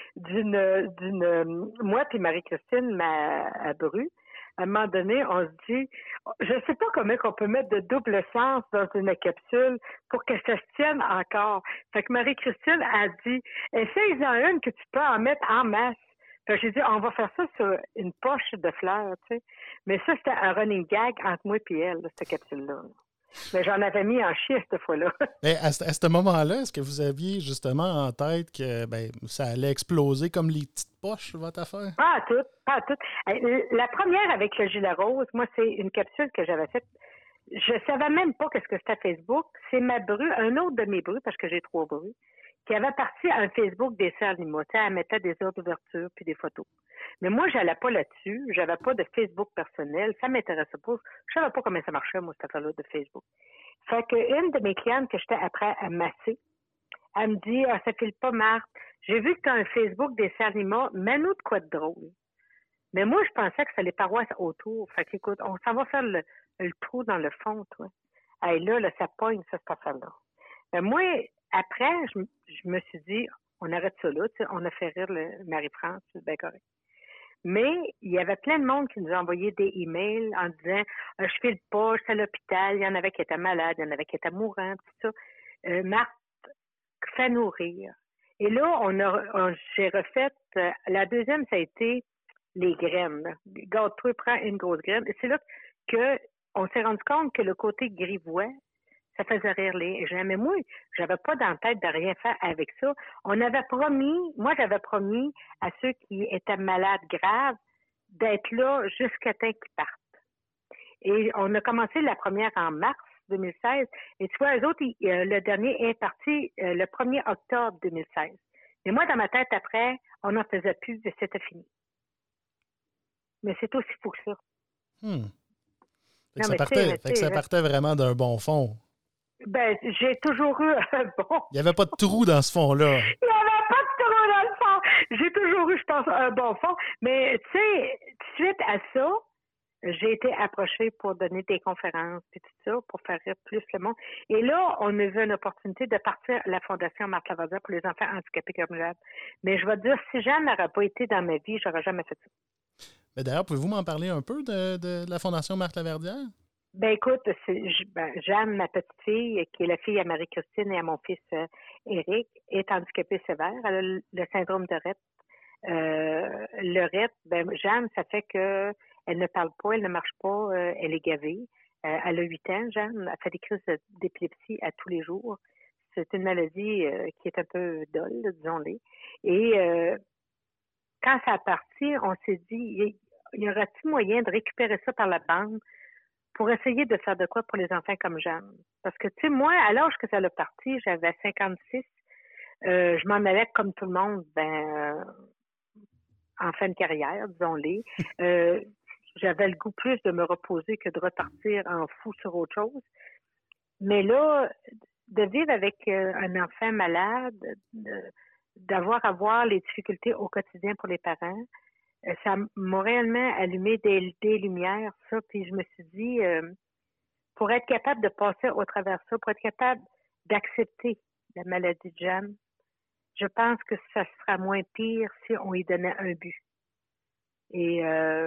d'une moi puis Marie-Christine, à Bru. À un moment donné, on se dit, je sais pas comment on peut mettre de double sens dans une capsule pour que ça se tienne encore. Fait que Marie-Christine a dit, essaye-en une que tu peux en mettre en masse. Fait que j'ai dit, on va faire ça sur une poche de fleurs, tu sais. Mais ça, c'était un running gag entre moi et elle, là, cette capsule-là. Mais j'en avais mis en chier cette fois-là. Mais à ce moment-là, est-ce que vous aviez justement en tête que ça allait exploser comme les petites poches, votre affaire? Pas à tout. La première avec le gilet rose, moi, c'est une capsule que j'avais faite. Je savais même pas qu'est-ce que c'était Facebook. C'est ma bru, un autre de mes brus, parce que j'ai 3 brus, qui avait parti à un Facebook des serres animaux. Elle mettait des heures d'ouverture puis des photos. Mais moi, j'allais pas là-dessus. J'avais pas de Facebook personnel. Ça m'intéressait pas. Je savais pas comment ça marchait, moi, cette affaire-là de Facebook. Fait qu'une de mes clientes que j'étais après à masser, elle me dit, ça file pas, Marthe. J'ai vu que tu as un Facebook des serres animaux. Mets-nous de quoi de drôle. Mais moi, je pensais que c'était les paroisses autour. Fait qu'écoute, on s'en va faire le trou dans le fond, toi. Hey, là, ça pogne, ça, cette affaire-là. Moi, après, je me suis dit, on arrête ça là, tu sais, on a fait rire Marie-France, c'est bien correct. Mais il y avait plein de monde qui nous envoyait des emails en disant, je file pas, je suis à l'hôpital, il y en avait qui étaient malades, il y en avait qui étaient mourants, tout ça. Marthe, fais-nous rire. Et là, j'ai refait, la deuxième, ça a été les graines. Garde-toi, prends une grosse graine. Et c'est là qu'on s'est rendu compte que le côté grivois, ça faisait rire les gens. Mais moi, j'avais pas dans la tête de rien faire avec ça. J'avais promis à ceux qui étaient malades graves d'être là jusqu'à temps qu'ils partent. Et on a commencé la première en mars 2016. Et tu vois, eux autres, le dernier est parti le 1er octobre 2016. Mais moi, dans ma tête, après, on n'en faisait plus et c'était fini. Mais c'est aussi fou que ça. Ça partait vraiment d'un bon fond. Ben, j'ai toujours eu un bon... Il n'y avait pas de trou dans ce fond-là. Il n'y avait pas de trou dans le fond. J'ai toujours eu, je pense, un bon fond. Mais, tu sais, suite à ça, j'ai été approchée pour donner des conférences et tout ça, pour faire rire plus le monde. Et là, on a eu une opportunité de partir à la Fondation Marthe Laverdière pour les enfants handicapés cumulables. Mais je vais te dire, si Jeanne n'aurait pas été dans ma vie, j'aurais jamais fait ça. Mais d'ailleurs, pouvez-vous m'en parler un peu de la Fondation Marthe Laverdière? Ben écoute, Jeanne, ma petite fille, qui est la fille à Marie-Christine et à mon fils Éric, est handicapée sévère. Elle a le syndrome de Rett. Le Rett, Jeanne, ça fait que elle ne parle pas, elle ne marche pas, elle est gavée. Elle a 8 ans, Jeanne. Elle fait des crises d'épilepsie à tous les jours. C'est une maladie qui est un peu dolle, disons-le. Et quand ça a parti, on s'est dit, y aurait-il moyen de récupérer ça par la bande pour essayer de faire de quoi pour les enfants comme Jeanne? Parce que, tu sais, moi, à l'âge que ça l'a parti, j'avais 56. Je m'en allais comme tout le monde, en fin de carrière, disons-le. J'avais le goût plus de me reposer que de repartir en fou sur autre chose. Mais là, de vivre avec un enfant malade, d'avoir à voir les difficultés au quotidien pour les parents, ça m'a réellement allumé des lumières, ça. Puis je me suis dit, pour être capable de passer au travers ça, pour être capable d'accepter la maladie de Jeanne, je pense que ça sera moins pire si on lui donnait un but. Et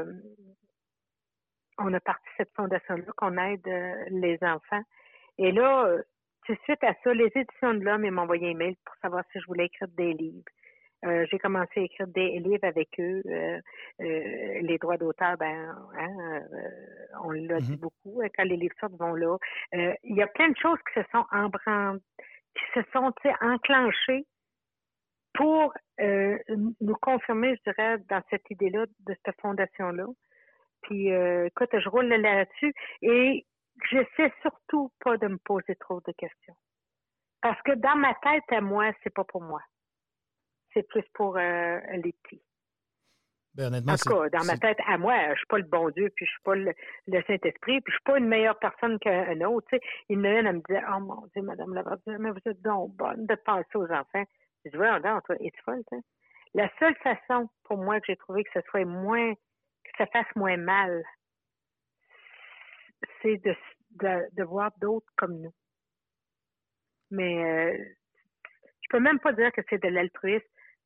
on a parti cette fondation-là qu'on aide les enfants. Et là, suite à ça, les éditions de l'Homme m'ont envoyé un mail pour savoir si je voulais écrire des livres. J'ai commencé à écrire des livres avec eux. Les droits d'auteur, on l'a dit beaucoup. Quand les livres sortent, vont là. Il y a plein de choses qui se sont enclenchées pour nous confirmer, je dirais, dans cette idée-là, de cette fondation-là. Puis, écoute, je roule là-dessus. Et j'essaie surtout pas de me poser trop de questions. Parce que dans ma tête à moi, c'est pas pour moi. C'est plus pour les petits. Ben, honnêtement, En tout cas, dans ma tête à moi, je suis pas le bon Dieu, puis je suis pas le Saint-Esprit, puis je suis pas une meilleure personne qu'un autre. Tu sais, il y en a une, elle me disait, oh mon Dieu, Madame Lavardure, mais vous êtes donc bonne de penser aux enfants. Je dis, ouais, non, toi, es-tu folle, tu sais? La seule façon pour moi que j'ai trouvé que ça soit moins, que ça fasse moins mal, c'est de voir d'autres comme nous. Mais je peux même pas dire que c'est de l'altruisme.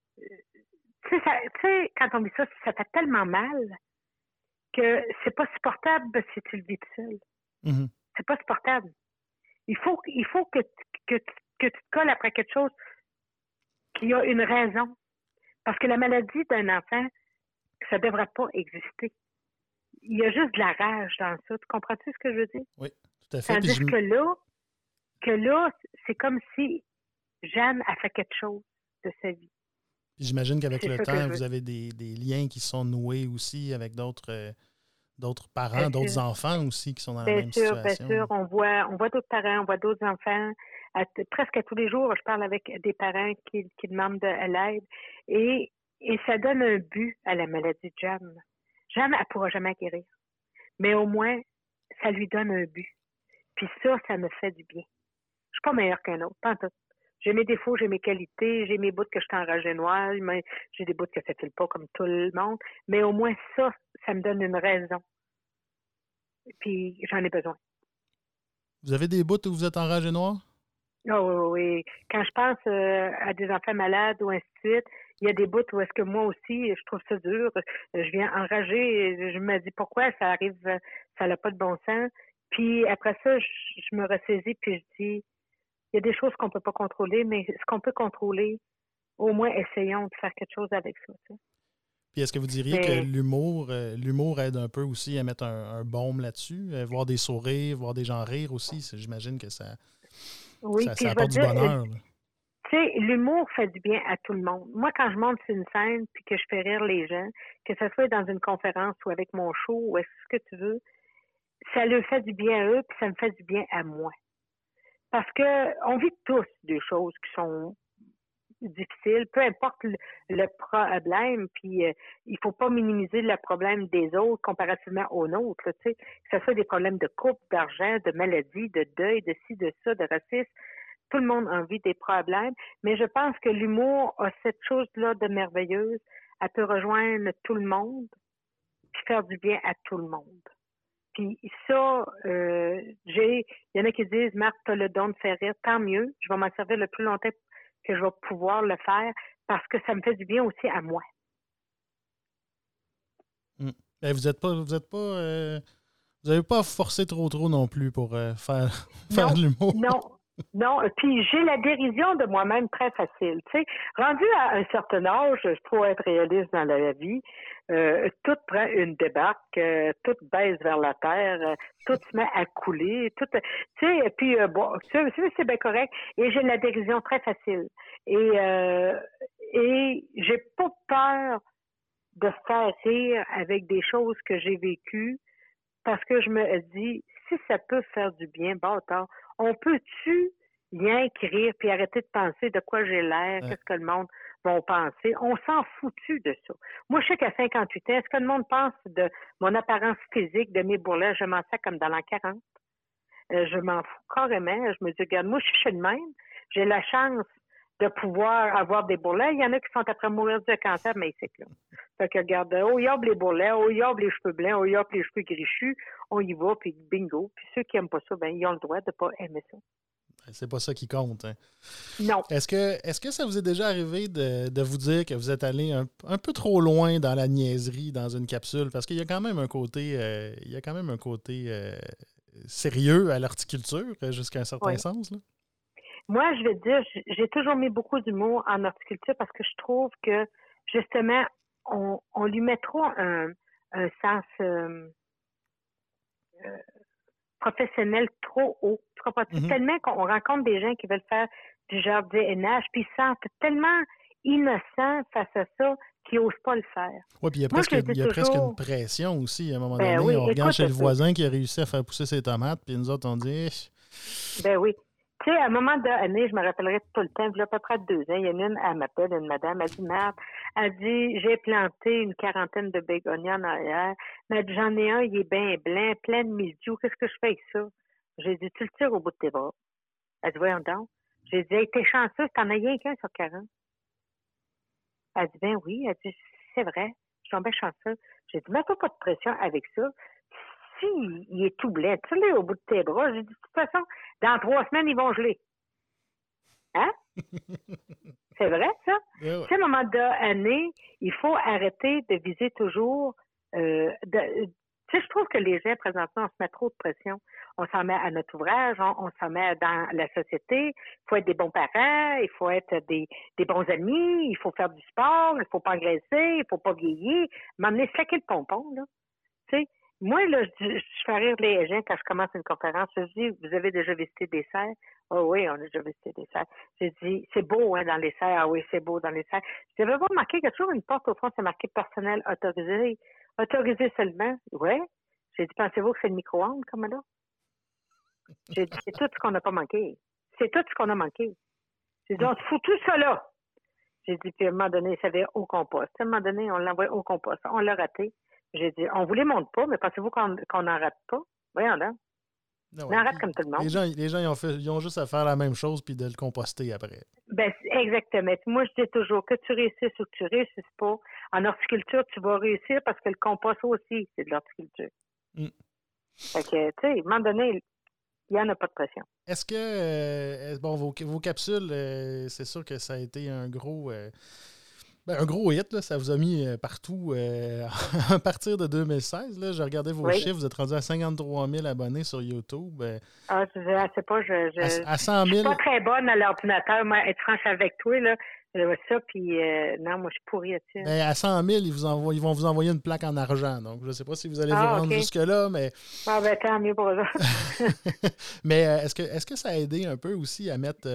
Tu sais, quand on dit ça fait tellement mal que c'est pas supportable si tu le vis tout seul. Mm-hmm. C'est pas supportable. Il faut que tu te colles après quelque chose qui a une raison. Parce que la maladie d'un enfant, ça devrait pas exister. Il y a juste de la rage dans ça. Tu comprends-tu ce que je veux dire? Oui, tout à fait. Tandis que là, c'est comme si Jeanne a fait quelque chose de sa vie. Puis j'imagine qu'avec le temps, vous avez des liens qui sont noués aussi avec d'autres parents, d'autres enfants aussi qui sont dans la même situation. Bien sûr. On voit d'autres parents, on voit d'autres enfants. Presque à tous les jours, je parle avec des parents qui demandent de l'aide. Et ça donne un but à la maladie de Jeanne. Jeanne, elle ne pourra jamais guérir. Mais au moins, ça lui donne un but. Puis ça me fait du bien. Je suis pas meilleure qu'un autre, pas en tout. J'ai mes défauts, j'ai mes qualités, j'ai mes bouts que je suis enragée noire, j'ai des bouts que ça file pas comme tout le monde. Mais au moins ça me donne une raison. Puis j'en ai besoin. Vous avez des bouts où vous êtes enragée noire? Oh, oui. Quand je pense à des enfants malades ou ainsi de suite, il y a des bouts où est-ce que moi aussi, je trouve ça dur. Je viens enragée. Je me dis pourquoi ça arrive, ça n'a pas de bon sens. Puis après ça, je me ressaisis puis je dis, il y a des choses qu'on peut pas contrôler, mais ce qu'on peut contrôler, au moins essayons de faire quelque chose avec ça. Tu sais. Puis est-ce que vous diriez que l'humour aide un peu aussi à mettre un baume là-dessus? Voir des sourires, voir des gens rire aussi, j'imagine que ça apporte du bonheur. Tu sais, l'humour fait du bien à tout le monde. Moi, quand je monte sur une scène puis que je fais rire les gens, que ce soit dans une conférence ou avec mon show ou est-ce que tu veux, ça leur fait du bien à eux puis ça me fait du bien à moi. Parce que on vit tous des choses qui sont difficiles, peu importe le problème, puis il faut pas minimiser le problème des autres comparativement aux nôtres, tu sais, que ce soit des problèmes de couple, d'argent, de maladie, de deuil, de ci, de ça, de racisme. Tout le monde en vit des problèmes, mais je pense que l'humour a cette chose-là de merveilleuse. Elle peut rejoindre tout le monde puis faire du bien à tout le monde. Puis ça, il y en a qui disent, Marthe, tu as le don de faire rire, tant mieux. Je vais m'en servir le plus longtemps que je vais pouvoir le faire parce que ça me fait du bien aussi à moi. Ben, vous n'avez pas forcé trop non plus pour faire de l'humour. Non, puis j'ai la dérision de moi-même très facile. Tu sais, rendu à un certain âge, il faut être réaliste dans la vie. Tout prend une débarque, tout baisse vers la terre, tout se met à couler, tout. Tu sais, et puis c'est bien correct. Et j'ai la dérision très facile. Et j'ai pas peur de faire rire avec des choses que j'ai vécues parce que je me dis si ça peut faire du bien, bâtard. On peut-tu rien rire puis arrêter de penser de quoi j'ai l'air, qu'est-ce que le monde va penser? On s'en foutu de ça. Moi, je sais qu'à 58 ans, est-ce que le monde pense de mon apparence physique, de mes bourrelets? Je m'en sers comme dans l'an 40. Je m'en fous carrément. Je me dis, regarde, moi, je suis de même. J'ai la chance de pouvoir avoir des bourrelets. Il y en a qui sont après mourir du cancer, mais ils s'éclatent. Fait que regarde, yob les bourrelets, yob les cheveux blancs, yob les cheveux grichus, on y va, puis bingo. Puis ceux qui n'aiment pas ça, ben ils ont le droit de ne pas aimer ça. C'est pas ça qui compte. Hein. Non. Est-ce que ça vous est déjà arrivé de vous dire que vous êtes allé un peu trop loin dans la niaiserie, dans une capsule? Parce qu'il y a quand même un côté, sérieux à l'horticulture, jusqu'à un certain sens. Là. Moi, je vais te dire, j'ai toujours mis beaucoup d'humour en horticulture parce que je trouve que, justement, on lui met trop un sens professionnel trop haut. Tu comprends? Tellement qu'on rencontre des gens qui veulent faire du jardinage, puis ils sentent tellement innocents face à ça qui n'osent pas le faire. Oui, puis il y a, Moi, presque, je le dis il y a presque toujours. une pression aussi. À un moment Ben donné, oui, on regarde écoute, chez le c'est- voisin qui a réussi à faire pousser ses tomates, puis nous autres, on dit... Ben oui. Tu sais, à un moment donné, je me rappellerai tout le temps, il y a à peu près 2 ans, il y en a une, elle m'appelle, une madame, elle dit, Marthe, elle dit, j'ai planté une 40aine de bégonias en arrière, mais elle dit, j'en ai un, il est bien blanc, plein de mildiou, qu'est-ce que je fais avec ça? J'ai dit, tu le tires au bout de tes bras. Elle dit, voyons donc. J'ai dit, hey, t'es chanceuse, t'en as rien qu'un sur 40. Elle dit, ben oui. Elle dit, c'est vrai, je suis bien chanceuse. J'ai dit, mets-toi pas de pression avec ça. Si il est tout blanc, tire-le au bout de tes bras. J'ai dit, de toute façon, dans 3 semaines, ils vont geler. Hein? C'est vrai, ça? Yeah, ouais. Tu sais, à un moment donné, il faut arrêter de viser toujours. Tu sais, je trouve que les gens, présentement, on se met trop de pression. On s'en met à notre ouvrage, on s'en met dans la société. Il faut être des bons parents, il faut être des bons amis, il faut faire du sport, il faut pas engraisser, il faut pas vieillir. M'emmener saquer le pompon, là. Tu sais, moi, là, je fais rire les gens quand je commence une conférence. Je dis, vous avez déjà visité des serres? Oh oui, on a déjà visité des serres. J'ai dit, c'est beau, hein, dans les serres. Ah oui, c'est beau dans les serres. Je n'avais pas remarqué qu'il y a toujours une porte au fond, c'est marqué personnel autorisé. Autorisé seulement. Oui. J'ai dit, pensez-vous que c'est le micro-ondes, comme là? J'ai dit, c'est tout ce qu'on n'a pas manqué. C'est tout ce qu'on a manqué. J'ai dit, on se fout tout ça là. J'ai dit, puis à un moment donné, ça va au compost. À un moment donné, on l'envoie au compost. On l'a raté. J'ai dit, on vous les montre pas, mais pensez-vous qu'on n'en rate pas? Voyons donc. Non, On en rate comme tout le monde. Les gens ils ont juste à faire la même chose puis de le composter après. Ben, exactement. Moi, je dis toujours que tu réussisses ou que tu réussisses pas. En horticulture, tu vas réussir parce que le compost aussi, c'est de l'horticulture. Fait que, tu sais, à un moment donné, il n'y en a pas de pression. Est-ce que, bon, vos capsules, c'est sûr que ça a été un gros hit, là, ça vous a mis partout à partir de 2016. Là, j'ai regardé vos chiffres, vous êtes rendu à 53 000 abonnés sur YouTube. Ah, je sais pas, à 100 000... je suis pas très bonne à l'ordinateur. Moi, être franche avec toi, là, ça, puis non, moi, je suis pourrie là-dessus. Ben, à 100 000, ils vont vous envoyer une plaque en argent. Donc, je ne sais pas si vous allez vous rendre jusque-là, mais... Ah, ben, tant mieux pour eux. Mais est-ce que ça a aidé un peu aussi à mettre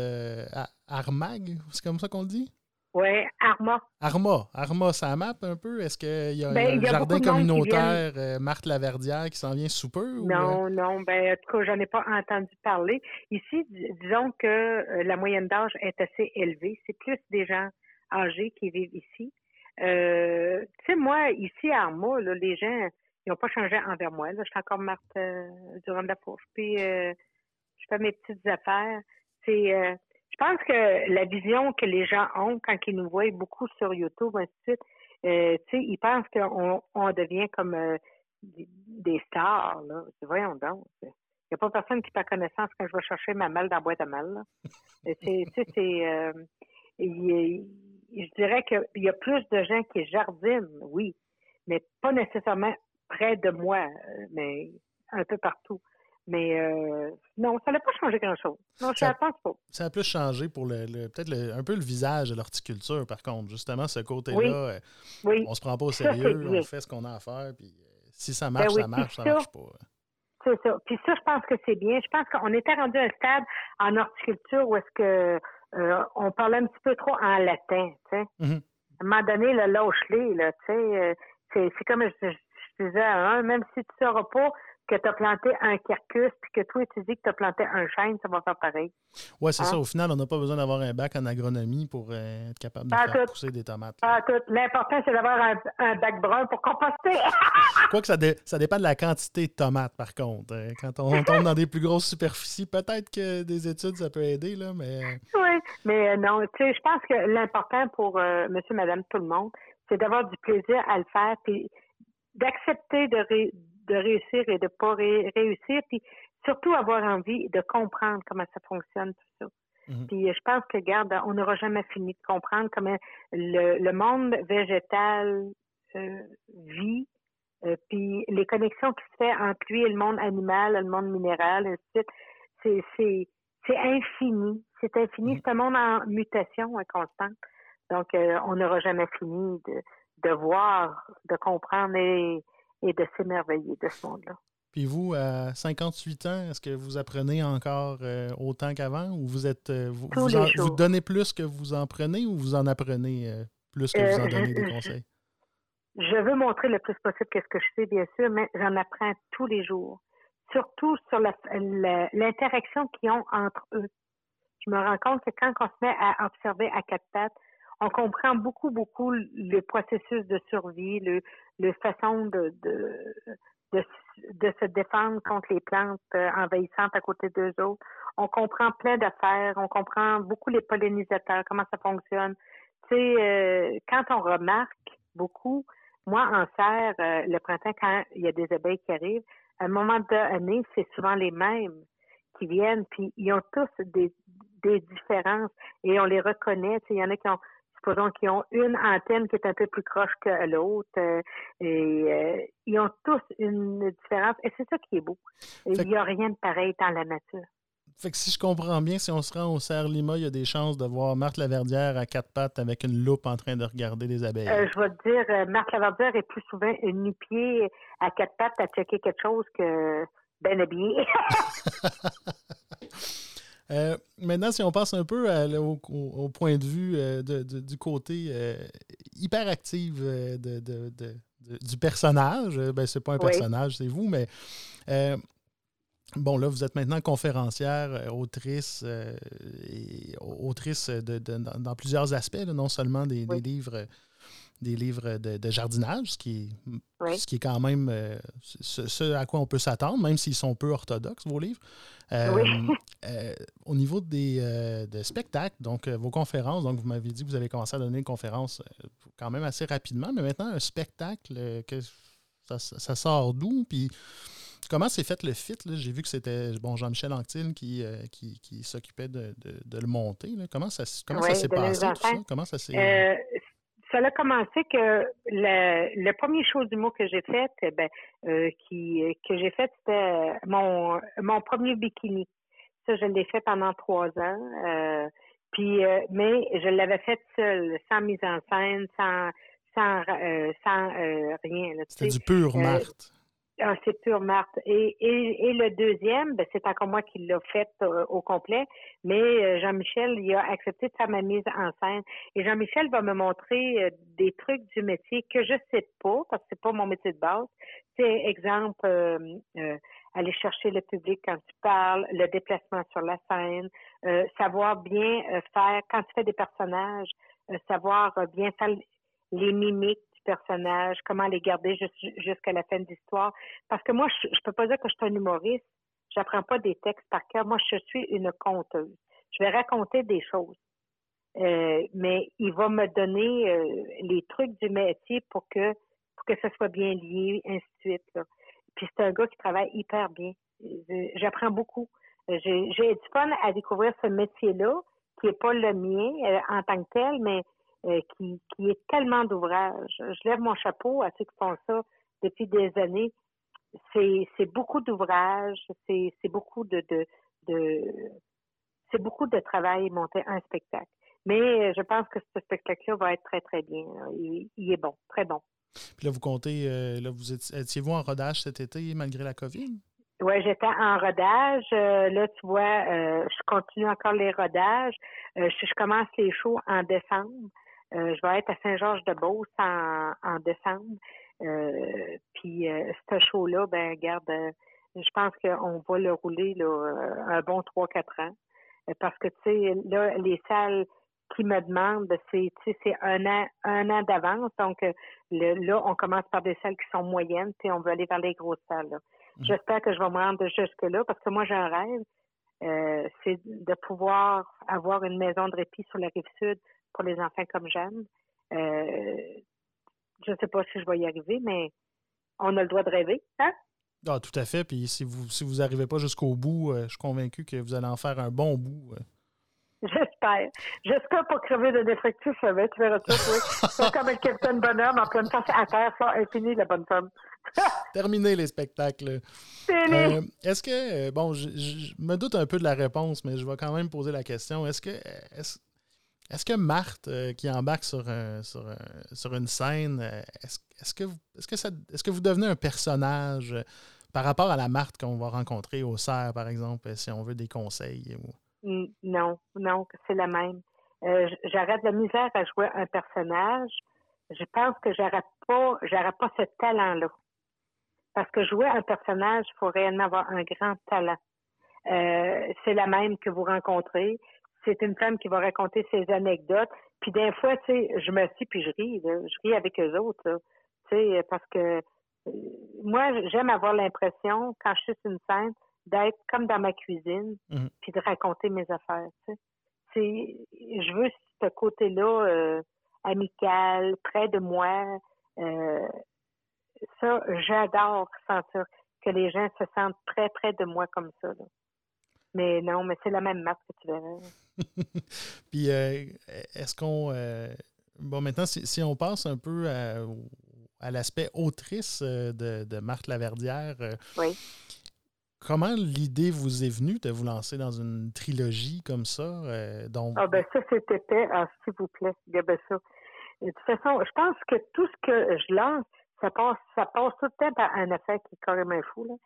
Armag? C'est comme ça qu'on le dit? Oui, Arma. Arma, ça map un peu? Est-ce qu'il y a un jardin communautaire Marthe Laverdière qui s'en vient sous peu? Non, non. Ben, en tout cas, j'en ai pas entendu parler. Ici, disons que la moyenne d'âge est assez élevée. C'est plus des gens âgés qui vivent ici. Tu sais, moi, ici à Arma, là, les gens, ils n'ont pas changé envers moi. Là, je suis encore Marthe durant la fourche. Puis, je fais mes petites affaires. Je pense que la vision que les gens ont quand ils nous voient beaucoup sur YouTube, ainsi de suite, tu sais, ils pensent qu'on devient comme des stars, là. Voyons donc. Il n'y a pas personne qui fait connaissance quand je vais chercher ma malle dans la boîte à malle, là. Je dirais qu'il y a plus de gens qui jardinent, oui, mais pas nécessairement près de moi, mais un peu partout. Mais non, ça n'a pas changé grand-chose. Non, je ne pense pas. Ça a plus changé pour peut-être un peu le visage de l'horticulture, par contre. Justement, ce côté-là, oui. On se prend pas au sérieux, on fait ce qu'on a à faire, puis si ça marche, ça marche, ça marche pas. C'est ça. Puis ça, je pense que c'est bien. Je pense qu'on était rendu à un stade en horticulture où est-ce que on parlait un petit peu trop en latin, tu sais. Mm-hmm. À un moment donné, le lâche-les, là, tu sais. C'est comme je disais à un, même si tu ne sauras pas que tu as planté un quercus, puis que toi, tu dis que tu as planté un chêne, ça va faire pareil. Oui, c'est ça. Au final, on n'a pas besoin d'avoir un bac en agronomie pour être capable de faire pousser des tomates. L'important, c'est d'avoir un bac brun pour composter. Quoique ça dépend de la quantité de tomates, par contre. Quand on tombe dans des plus grosses superficies, peut-être que des études, ça peut aider, là, mais... Oui, mais non, tu sais, je pense que l'important pour monsieur, madame, tout le monde, c'est d'avoir du plaisir à le faire, puis d'accepter de réussir et de ne pas réussir, puis surtout avoir envie de comprendre comment ça fonctionne, tout ça. Mm-hmm. Puis je pense que, regarde, on n'aura jamais fini de comprendre comment le monde végétal vit, puis les connexions qui se font entre lui et le monde animal, le monde minéral, ainsi de suite, c'est infini. C'est infini. Mm-hmm. C'est un monde en mutation constante. Donc, on n'aura jamais fini de voir, de comprendre et de s'émerveiller de ce monde-là. Puis vous, à 58 ans, est-ce que vous apprenez encore autant qu'avant ou vous donnez plus que vous en prenez ou vous en apprenez plus que vous en donnez des conseils? Je veux montrer le plus possible qu'est-ce que je sais, bien sûr, mais j'en apprends tous les jours. Surtout sur l'interaction qu'ils ont entre eux. Je me rends compte que quand on se met à observer à quatre pattes, on comprend beaucoup le processus de survie, le façon de se défendre contre les plantes envahissantes à côté d'eux autres. On comprend plein d'affaires, on comprend beaucoup les pollinisateurs, comment ça fonctionne. Tu sais, quand on remarque beaucoup, moi, en serre, le printemps, quand il y a des abeilles qui arrivent, à un moment donné, c'est souvent les mêmes qui viennent, puis ils ont tous des différences et on les reconnaît. Tu sais, il y en a qui ont, supposons qu'ils ont une antenne qui est un peu plus croche que l'autre, et ils ont tous une différence, et c'est ça qui est beau. Il n'y a rien de pareil dans la nature. Fait que si je comprends bien, si on se rend au Cerf Lima, il y a des chances de voir Marthe Laverdière à quatre pattes avec une loupe en train de regarder les abeilles. Je vais te dire, Marthe Laverdière est plus souvent nu-pied à quatre pattes à checker quelque chose que bien habillée. Maintenant, si on passe un peu au point de vue du côté hyperactif du personnage, ben c'est pas un personnage, c'est vous, mais bon, là, vous êtes maintenant conférencière, autrice, et autrice dans plusieurs aspects, là, non seulement des livres de jardinage, ce qui est quand même ce à quoi on peut s'attendre, même s'ils sont peu orthodoxes, vos livres. Au niveau de spectacles, donc vos conférences, donc vous m'avez dit que vous avez commencé à donner une conférence quand même assez rapidement, mais maintenant, un spectacle, ça sort d'où? Puis comment s'est fait le fit? Là? J'ai vu que c'était Jean-Michel Anctil qui s'occupait de le monter. Là. Comment ça s'est passé, tout ça? Comment ça s'est... Ça a commencé que le premier show d'humour que j'ai fait, c'était mon premier bikini. Ça, je l'ai fait pendant 3 ans. Mais je l'avais fait seule, sans mise en scène, sans rien. Là, c'était du pur Marthe. C'est pur Marthe. Et le deuxième, c'est encore moi qui l'a fait au complet, mais Jean-Michel, il a accepté de faire ma mise en scène. Et Jean-Michel va me montrer des trucs du métier que je sais pas, parce que c'est pas mon métier de base. C'est exemple, aller chercher le public quand tu parles, le déplacement sur la scène, savoir bien faire, quand tu fais des personnages, savoir bien faire les mimiques personnage, comment les garder jusqu'à la fin de l'histoire. Parce que moi, je peux pas dire que je suis un humoriste. J'apprends pas des textes par cœur. Moi, je suis une conteuse. Je vais raconter des choses. Mais il va me donner les trucs du métier pour que ça soit bien lié, ainsi de suite. Là. Puis c'est un gars qui travaille hyper bien. J'apprends beaucoup. J'ai du fun à découvrir ce métier-là, qui est pas le mien en tant que tel, mais qui est tellement d'ouvrages. Je lève mon chapeau à ceux qui font ça depuis des années. C'est beaucoup d'ouvrages, c'est beaucoup c'est beaucoup de travail monter un spectacle. Mais je pense que ce spectacle-là va être très, très bien. Il est bon, très bon. Puis là, vous comptez, étiez-vous en rodage cet été malgré la COVID? Oui, j'étais en rodage. Là, tu vois, je continue encore les rodages. Je commence les shows en décembre. Je vais être à Saint-Georges-de-Beauce en décembre. Puis ce show-là, regarde, je pense qu'on va le rouler là, un bon 3-4 ans. Parce que, tu sais, là, les salles qui me demandent, c'est un an d'avance. Donc, là, on commence par des salles qui sont moyennes, puis on veut aller vers les grosses salles. Là. J'espère que je vais me rendre jusque-là, parce que moi, j'ai un rêve. C'est de pouvoir avoir une maison de répit sur la Rive-Sud pour les enfants comme Jeanne. Je ne sais pas si je vais y arriver, mais on a le droit de rêver, hein? Ah, tout à fait. Puis si vous n'arrivez pas jusqu'au bout, je suis convaincu que vous allez en faire un bon bout. J'espère. J'espère pour crever de défectif, tu verras ça, oui. C'est comme le Capitaine Bonhomme en pleine face à terre, ça, infini, la bonne femme. Terminez les spectacles. Est-ce que, je me doute un peu de la réponse, mais je vais quand même poser la question. Est-ce que Marthe, qui embarque sur une scène, est-ce que vous devenez un personnage par rapport à la Marthe qu'on va rencontrer au Cerf, par exemple, si on veut des conseils? Non, c'est la même. J'aurais de la misère à jouer un personnage. Je pense que j'aurais pas ce talent-là. Parce que jouer un personnage, il faut réellement avoir un grand talent. C'est la même que vous rencontrez. C'est une femme qui va raconter ses anecdotes. Puis des fois, tu sais, je me suis puis je ris. Là. Je ris avec eux autres. Là. Tu sais, parce que moi, j'aime avoir l'impression, quand je suis sur une scène, d'être comme dans ma cuisine, puis de raconter mes affaires. Tu sais. Je veux ce côté-là amical, près de moi. Ça, j'adore sentir que les gens se sentent très près de moi comme ça. Là. Mais non, mais c'est la même marque que tu verrais. Puis, est-ce qu'on... bon, maintenant, si on passe un peu à l'aspect autrice de Marthe Laverdière, oui. Comment l'idée vous est venue de vous lancer dans une trilogie comme ça? Ah ben ça, c'est épais. Ah, s'il vous plaît, regardez ça. De toute façon, je pense que tout ce que je lance, ça passe tout le temps par un affaire qui est carrément fou. Là.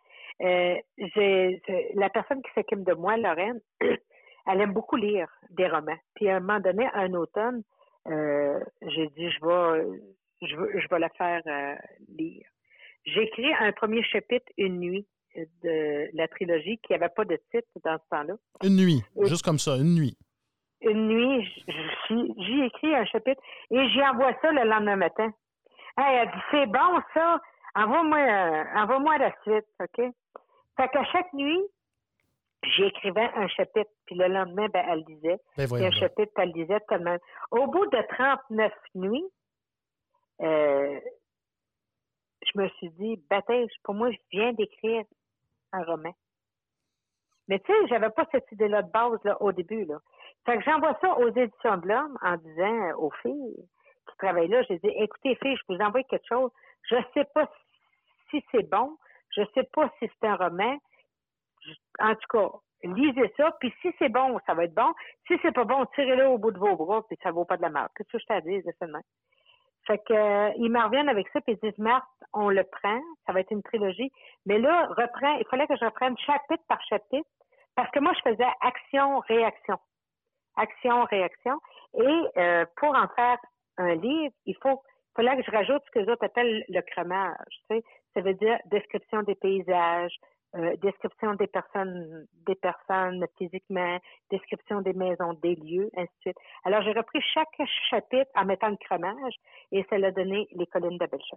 La personne qui s'occupe de moi, Lorraine, elle aime beaucoup lire des romans. Puis à un moment donné, un automne, j'ai dit je vais la faire lire. J'ai écrit un premier chapitre, Une nuit, de la trilogie qui n'avait pas de titre dans ce temps-là. Une nuit, juste comme ça, une nuit. Une nuit, j'y écris un chapitre et j'y envoie ça le lendemain matin. Hey, elle dit, c'est bon ça, envoie-moi la suite, OK? Fait qu'à chaque nuit, j'y écrivais un chapitre, puis le lendemain, ben, elle lisait. Puis un chapitre, elle lisait tellement. Au bout de 39 nuits, je me suis dit, baptême, pour moi, je viens d'écrire un roman. Mais tu sais, j'avais pas cette idée-là de base là, au début. Là. Fait que j'envoie ça aux Éditions de l'Homme en disant aux filles qui travaillent là, j'ai dit, écoutez filles, je vous envoie quelque chose. Je sais pas si c'est bon, je sais pas si c'est un roman. En tout cas, lisez ça, puis si c'est bon, ça va être bon. Si c'est pas bon, tirez-le au bout de vos bras, puis ça vaut pas de la merde. Qu'est-ce que je t'ai dit, c'est seulement. Fait que ils me reviennent avec ça, puis ils disent, Marthe, on le prend, ça va être une trilogie. Mais là, il fallait que je reprenne chapitre par chapitre, parce que moi, je faisais action-réaction. Action-réaction. Et pour en faire un livre, il fallait que je rajoute ce que les autres appellent le crémage. Tu sais, ça veut dire description des paysages, description des personnes physiquement, description des maisons, des lieux, ainsi de suite. Alors, j'ai repris chaque chapitre en mettant le crémage et ça l'a donné Les collines de Bellechasse.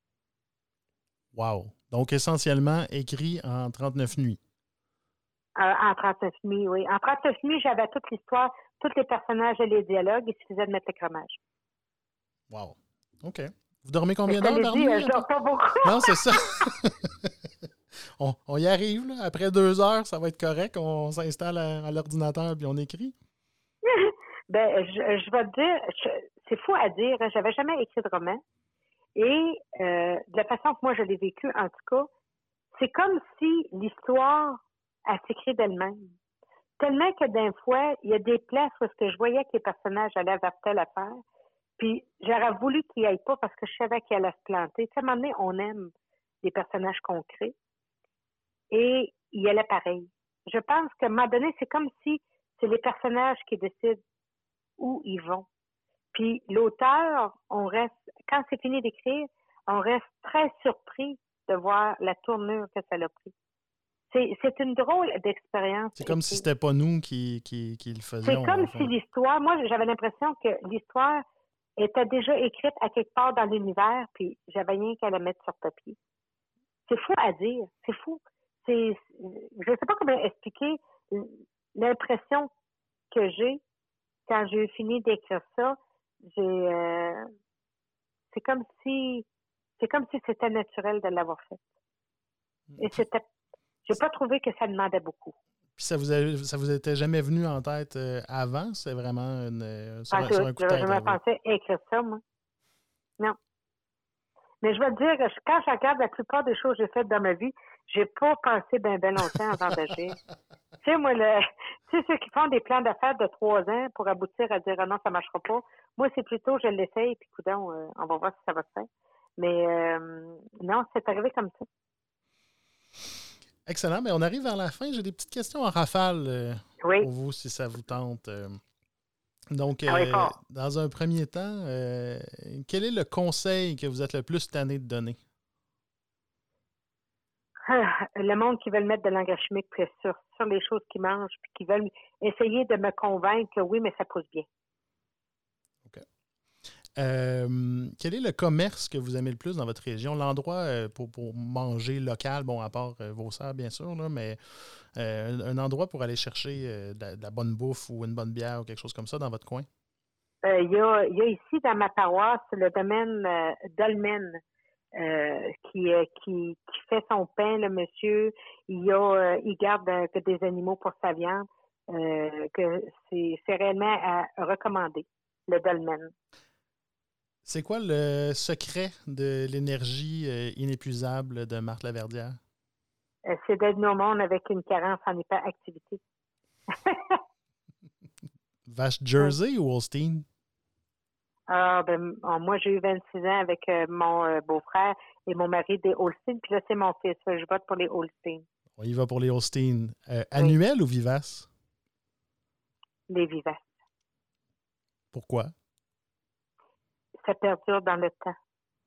Wow! Donc, essentiellement écrit en 39 nuits. En 39 nuits, oui. En 39 nuits, j'avais toute l'histoire, tous les personnages et les dialogues. Il suffisait de mettre le crémage. Wow! OK. Vous dormez combien d'heures par nuit? Je dors pas beaucoup. Non, c'est ça. On y arrive, là. Après 2 heures, ça va être correct. On s'installe à l'ordinateur puis on écrit. Ben, je vais te dire, c'est fou à dire, hein, j'avais jamais écrit de roman. Et de la façon que moi je l'ai vécu, en tout cas, c'est comme si l'histoire elle s'écrit d'elle-même. Tellement que d'un fois, il y a des places où est-ce que je voyais que les personnages allaient vers telle affaire, puis j'aurais voulu qu'ils n'y aillent pas parce que je savais qu'ils allaient se planter. Tu sais, à un moment donné, on aime les personnages qu'on crée. Et il allait pareil. Je pense qu'à un moment donné, c'est comme si c'est les personnages qui décident où ils vont. Puis l'auteur, quand c'est fini d'écrire, on reste très surpris de voir la tournure que ça a pris. C'est une drôle d'expérience. C'est comme si c'était pas nous qui le faisions. C'est comme si l'histoire, moi j'avais l'impression que l'histoire était déjà écrite à quelque part dans l'univers, puis j'avais rien qu'à la mettre sur papier. C'est fou à dire, c'est fou. Je ne sais pas comment expliquer l'impression que j'ai quand j'ai fini d'écrire ça. C'est comme si c'était naturel de l'avoir fait. Et j'ai pas trouvé que ça demandait beaucoup. Puis ça vous était jamais venu en tête avant? C'est vraiment sur un coup de tête. Je me pensais écrire ça, moi. Non. Mais je vais te dire, quand je regarde la plupart des choses que j'ai faites dans ma vie, j'ai pas pensé bien longtemps avant d'agir. Tu sais, moi, ceux qui font des plans d'affaires de 3 ans pour aboutir à dire, ah non, ça marchera pas. Moi, c'est plutôt, je l'essaye, puis coudonc, on va voir si ça va se faire. Mais non, c'est arrivé comme ça. Excellent. Mais on arrive vers la fin. J'ai des petites questions en rafale oui. pour vous, si ça vous tente. Donc, dans un premier temps, quel est le conseil que vous êtes le plus tanné de donner? Le monde qui veut mettre de l'engrais chimique sur les choses qu'ils mangent, puis qui veulent essayer de me convaincre que oui, mais ça pousse bien. OK. Quel est le commerce que vous aimez le plus dans votre région? L'endroit pour manger local, bon, à part vos serres, bien sûr, là, mais un endroit pour aller chercher de la bonne bouffe ou une bonne bière ou quelque chose comme ça dans votre coin? Il y a ici, dans ma paroisse, le domaine Dolmen. Qui fait son pain, le monsieur. Il garde que des animaux pour sa viande. Que c'est réellement à recommander, le dolmen. C'est quoi le secret de l'énergie inépuisable de Marthe Laverdière? C'est d'être au monde avec une carence en hyperactivité. Vache Jersey ou Holstein? Moi, j'ai eu 26 ans avec mon beau-frère et mon mari des Holstein, puis là, c'est mon fils. Je vote pour les Holstein. On y va pour les Holstein. Annuel ou vivace? Les vivaces. Pourquoi? Ça perdure dans le temps.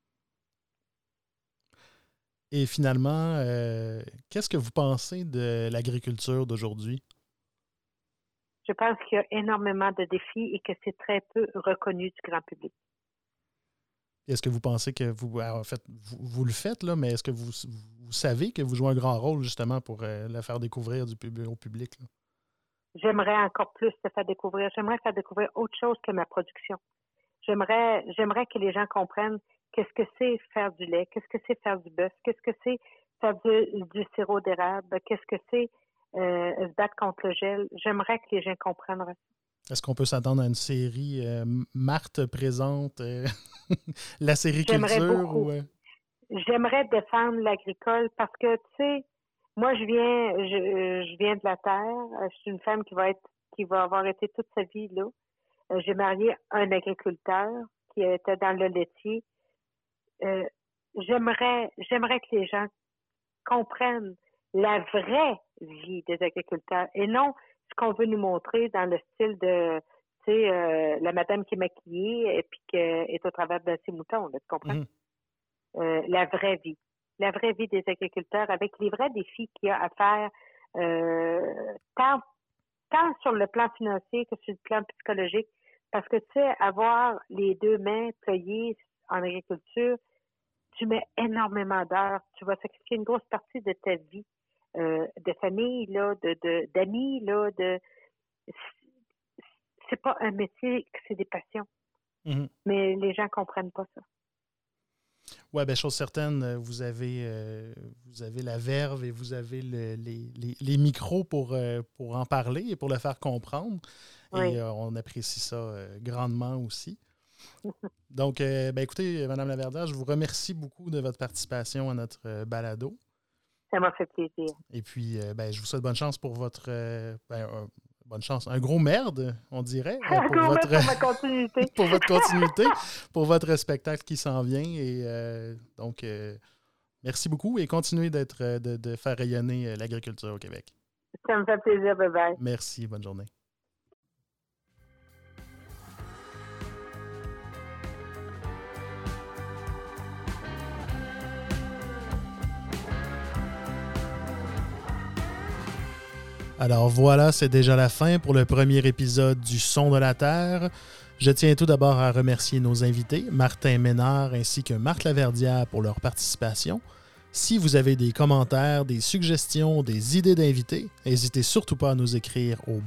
Et finalement, qu'est-ce que vous pensez de l'agriculture d'aujourd'hui? Je pense qu'il y a énormément de défis et que c'est très peu reconnu du grand public. Est-ce que vous pensez que vous le faites, là, mais est-ce que vous savez que vous jouez un grand rôle justement pour la faire découvrir au public? Là? J'aimerais encore plus te faire découvrir. J'aimerais faire découvrir autre chose que ma production. J'aimerais que les gens comprennent qu'est-ce que c'est faire du lait, qu'est-ce que c'est faire du bœuf, qu'est-ce que c'est faire du sirop d'érable, qu'est-ce que c'est se battre contre le gel. J'aimerais que les gens comprennent ça. Est-ce qu'on peut s'attendre à une série Marthe présente la sériculture? J'aimerais défendre l'agricole parce que, tu sais, moi, je viens de la terre. Je suis une femme qui va avoir été toute sa vie là. J'ai marié un agriculteur qui était dans le laitier. J'aimerais que les gens comprennent la vraie vie des agriculteurs et non ce qu'on veut nous montrer dans le style de, tu sais, la madame qui est maquillée et puis qui est au travers de ses moutons, là, tu comprends? La vraie vie des agriculteurs avec les vrais défis qu'il y a à faire tant sur le plan financier que sur le plan psychologique. Parce que, tu sais, avoir les deux mains ployées en agriculture, tu mets énormément d'heures. Tu vas sacrifier une grosse partie de ta vie, de famille, là, d'amis, là, c'est pas un métier, c'est des passions. Mm-hmm. Mais les gens comprennent pas ça. Oui, bien, chose certaine, vous avez la verve et vous avez les micros pour en parler et pour le faire comprendre. Oui. Et on apprécie ça grandement aussi. Donc, écoutez, Mme Laverdière, je vous remercie beaucoup de votre participation à notre balado. Ça m'a fait plaisir. Et puis, je vous souhaite bonne chance pour votre... bonne chance. Un gros merde, on dirait. Pour ma continuité. Pour votre continuité, pour votre spectacle qui s'en vient. Et donc, merci beaucoup et continuez de faire rayonner l'agriculture au Québec. Ça me fait plaisir. Bye-bye. Merci. Bonne journée. Alors voilà, c'est déjà la fin pour le premier épisode du Son de la Terre. Je tiens tout d'abord à remercier nos invités, Martin Ménard ainsi que Marthe Laverdière pour leur participation. Si vous avez des commentaires, des suggestions, des idées d'invités, n'hésitez surtout pas à nous écrire au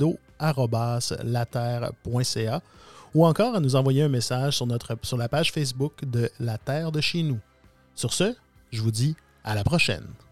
balado@laterre.ca ou encore à nous envoyer un message sur la page Facebook de La Terre de chez nous. Sur ce, je vous dis à la prochaine.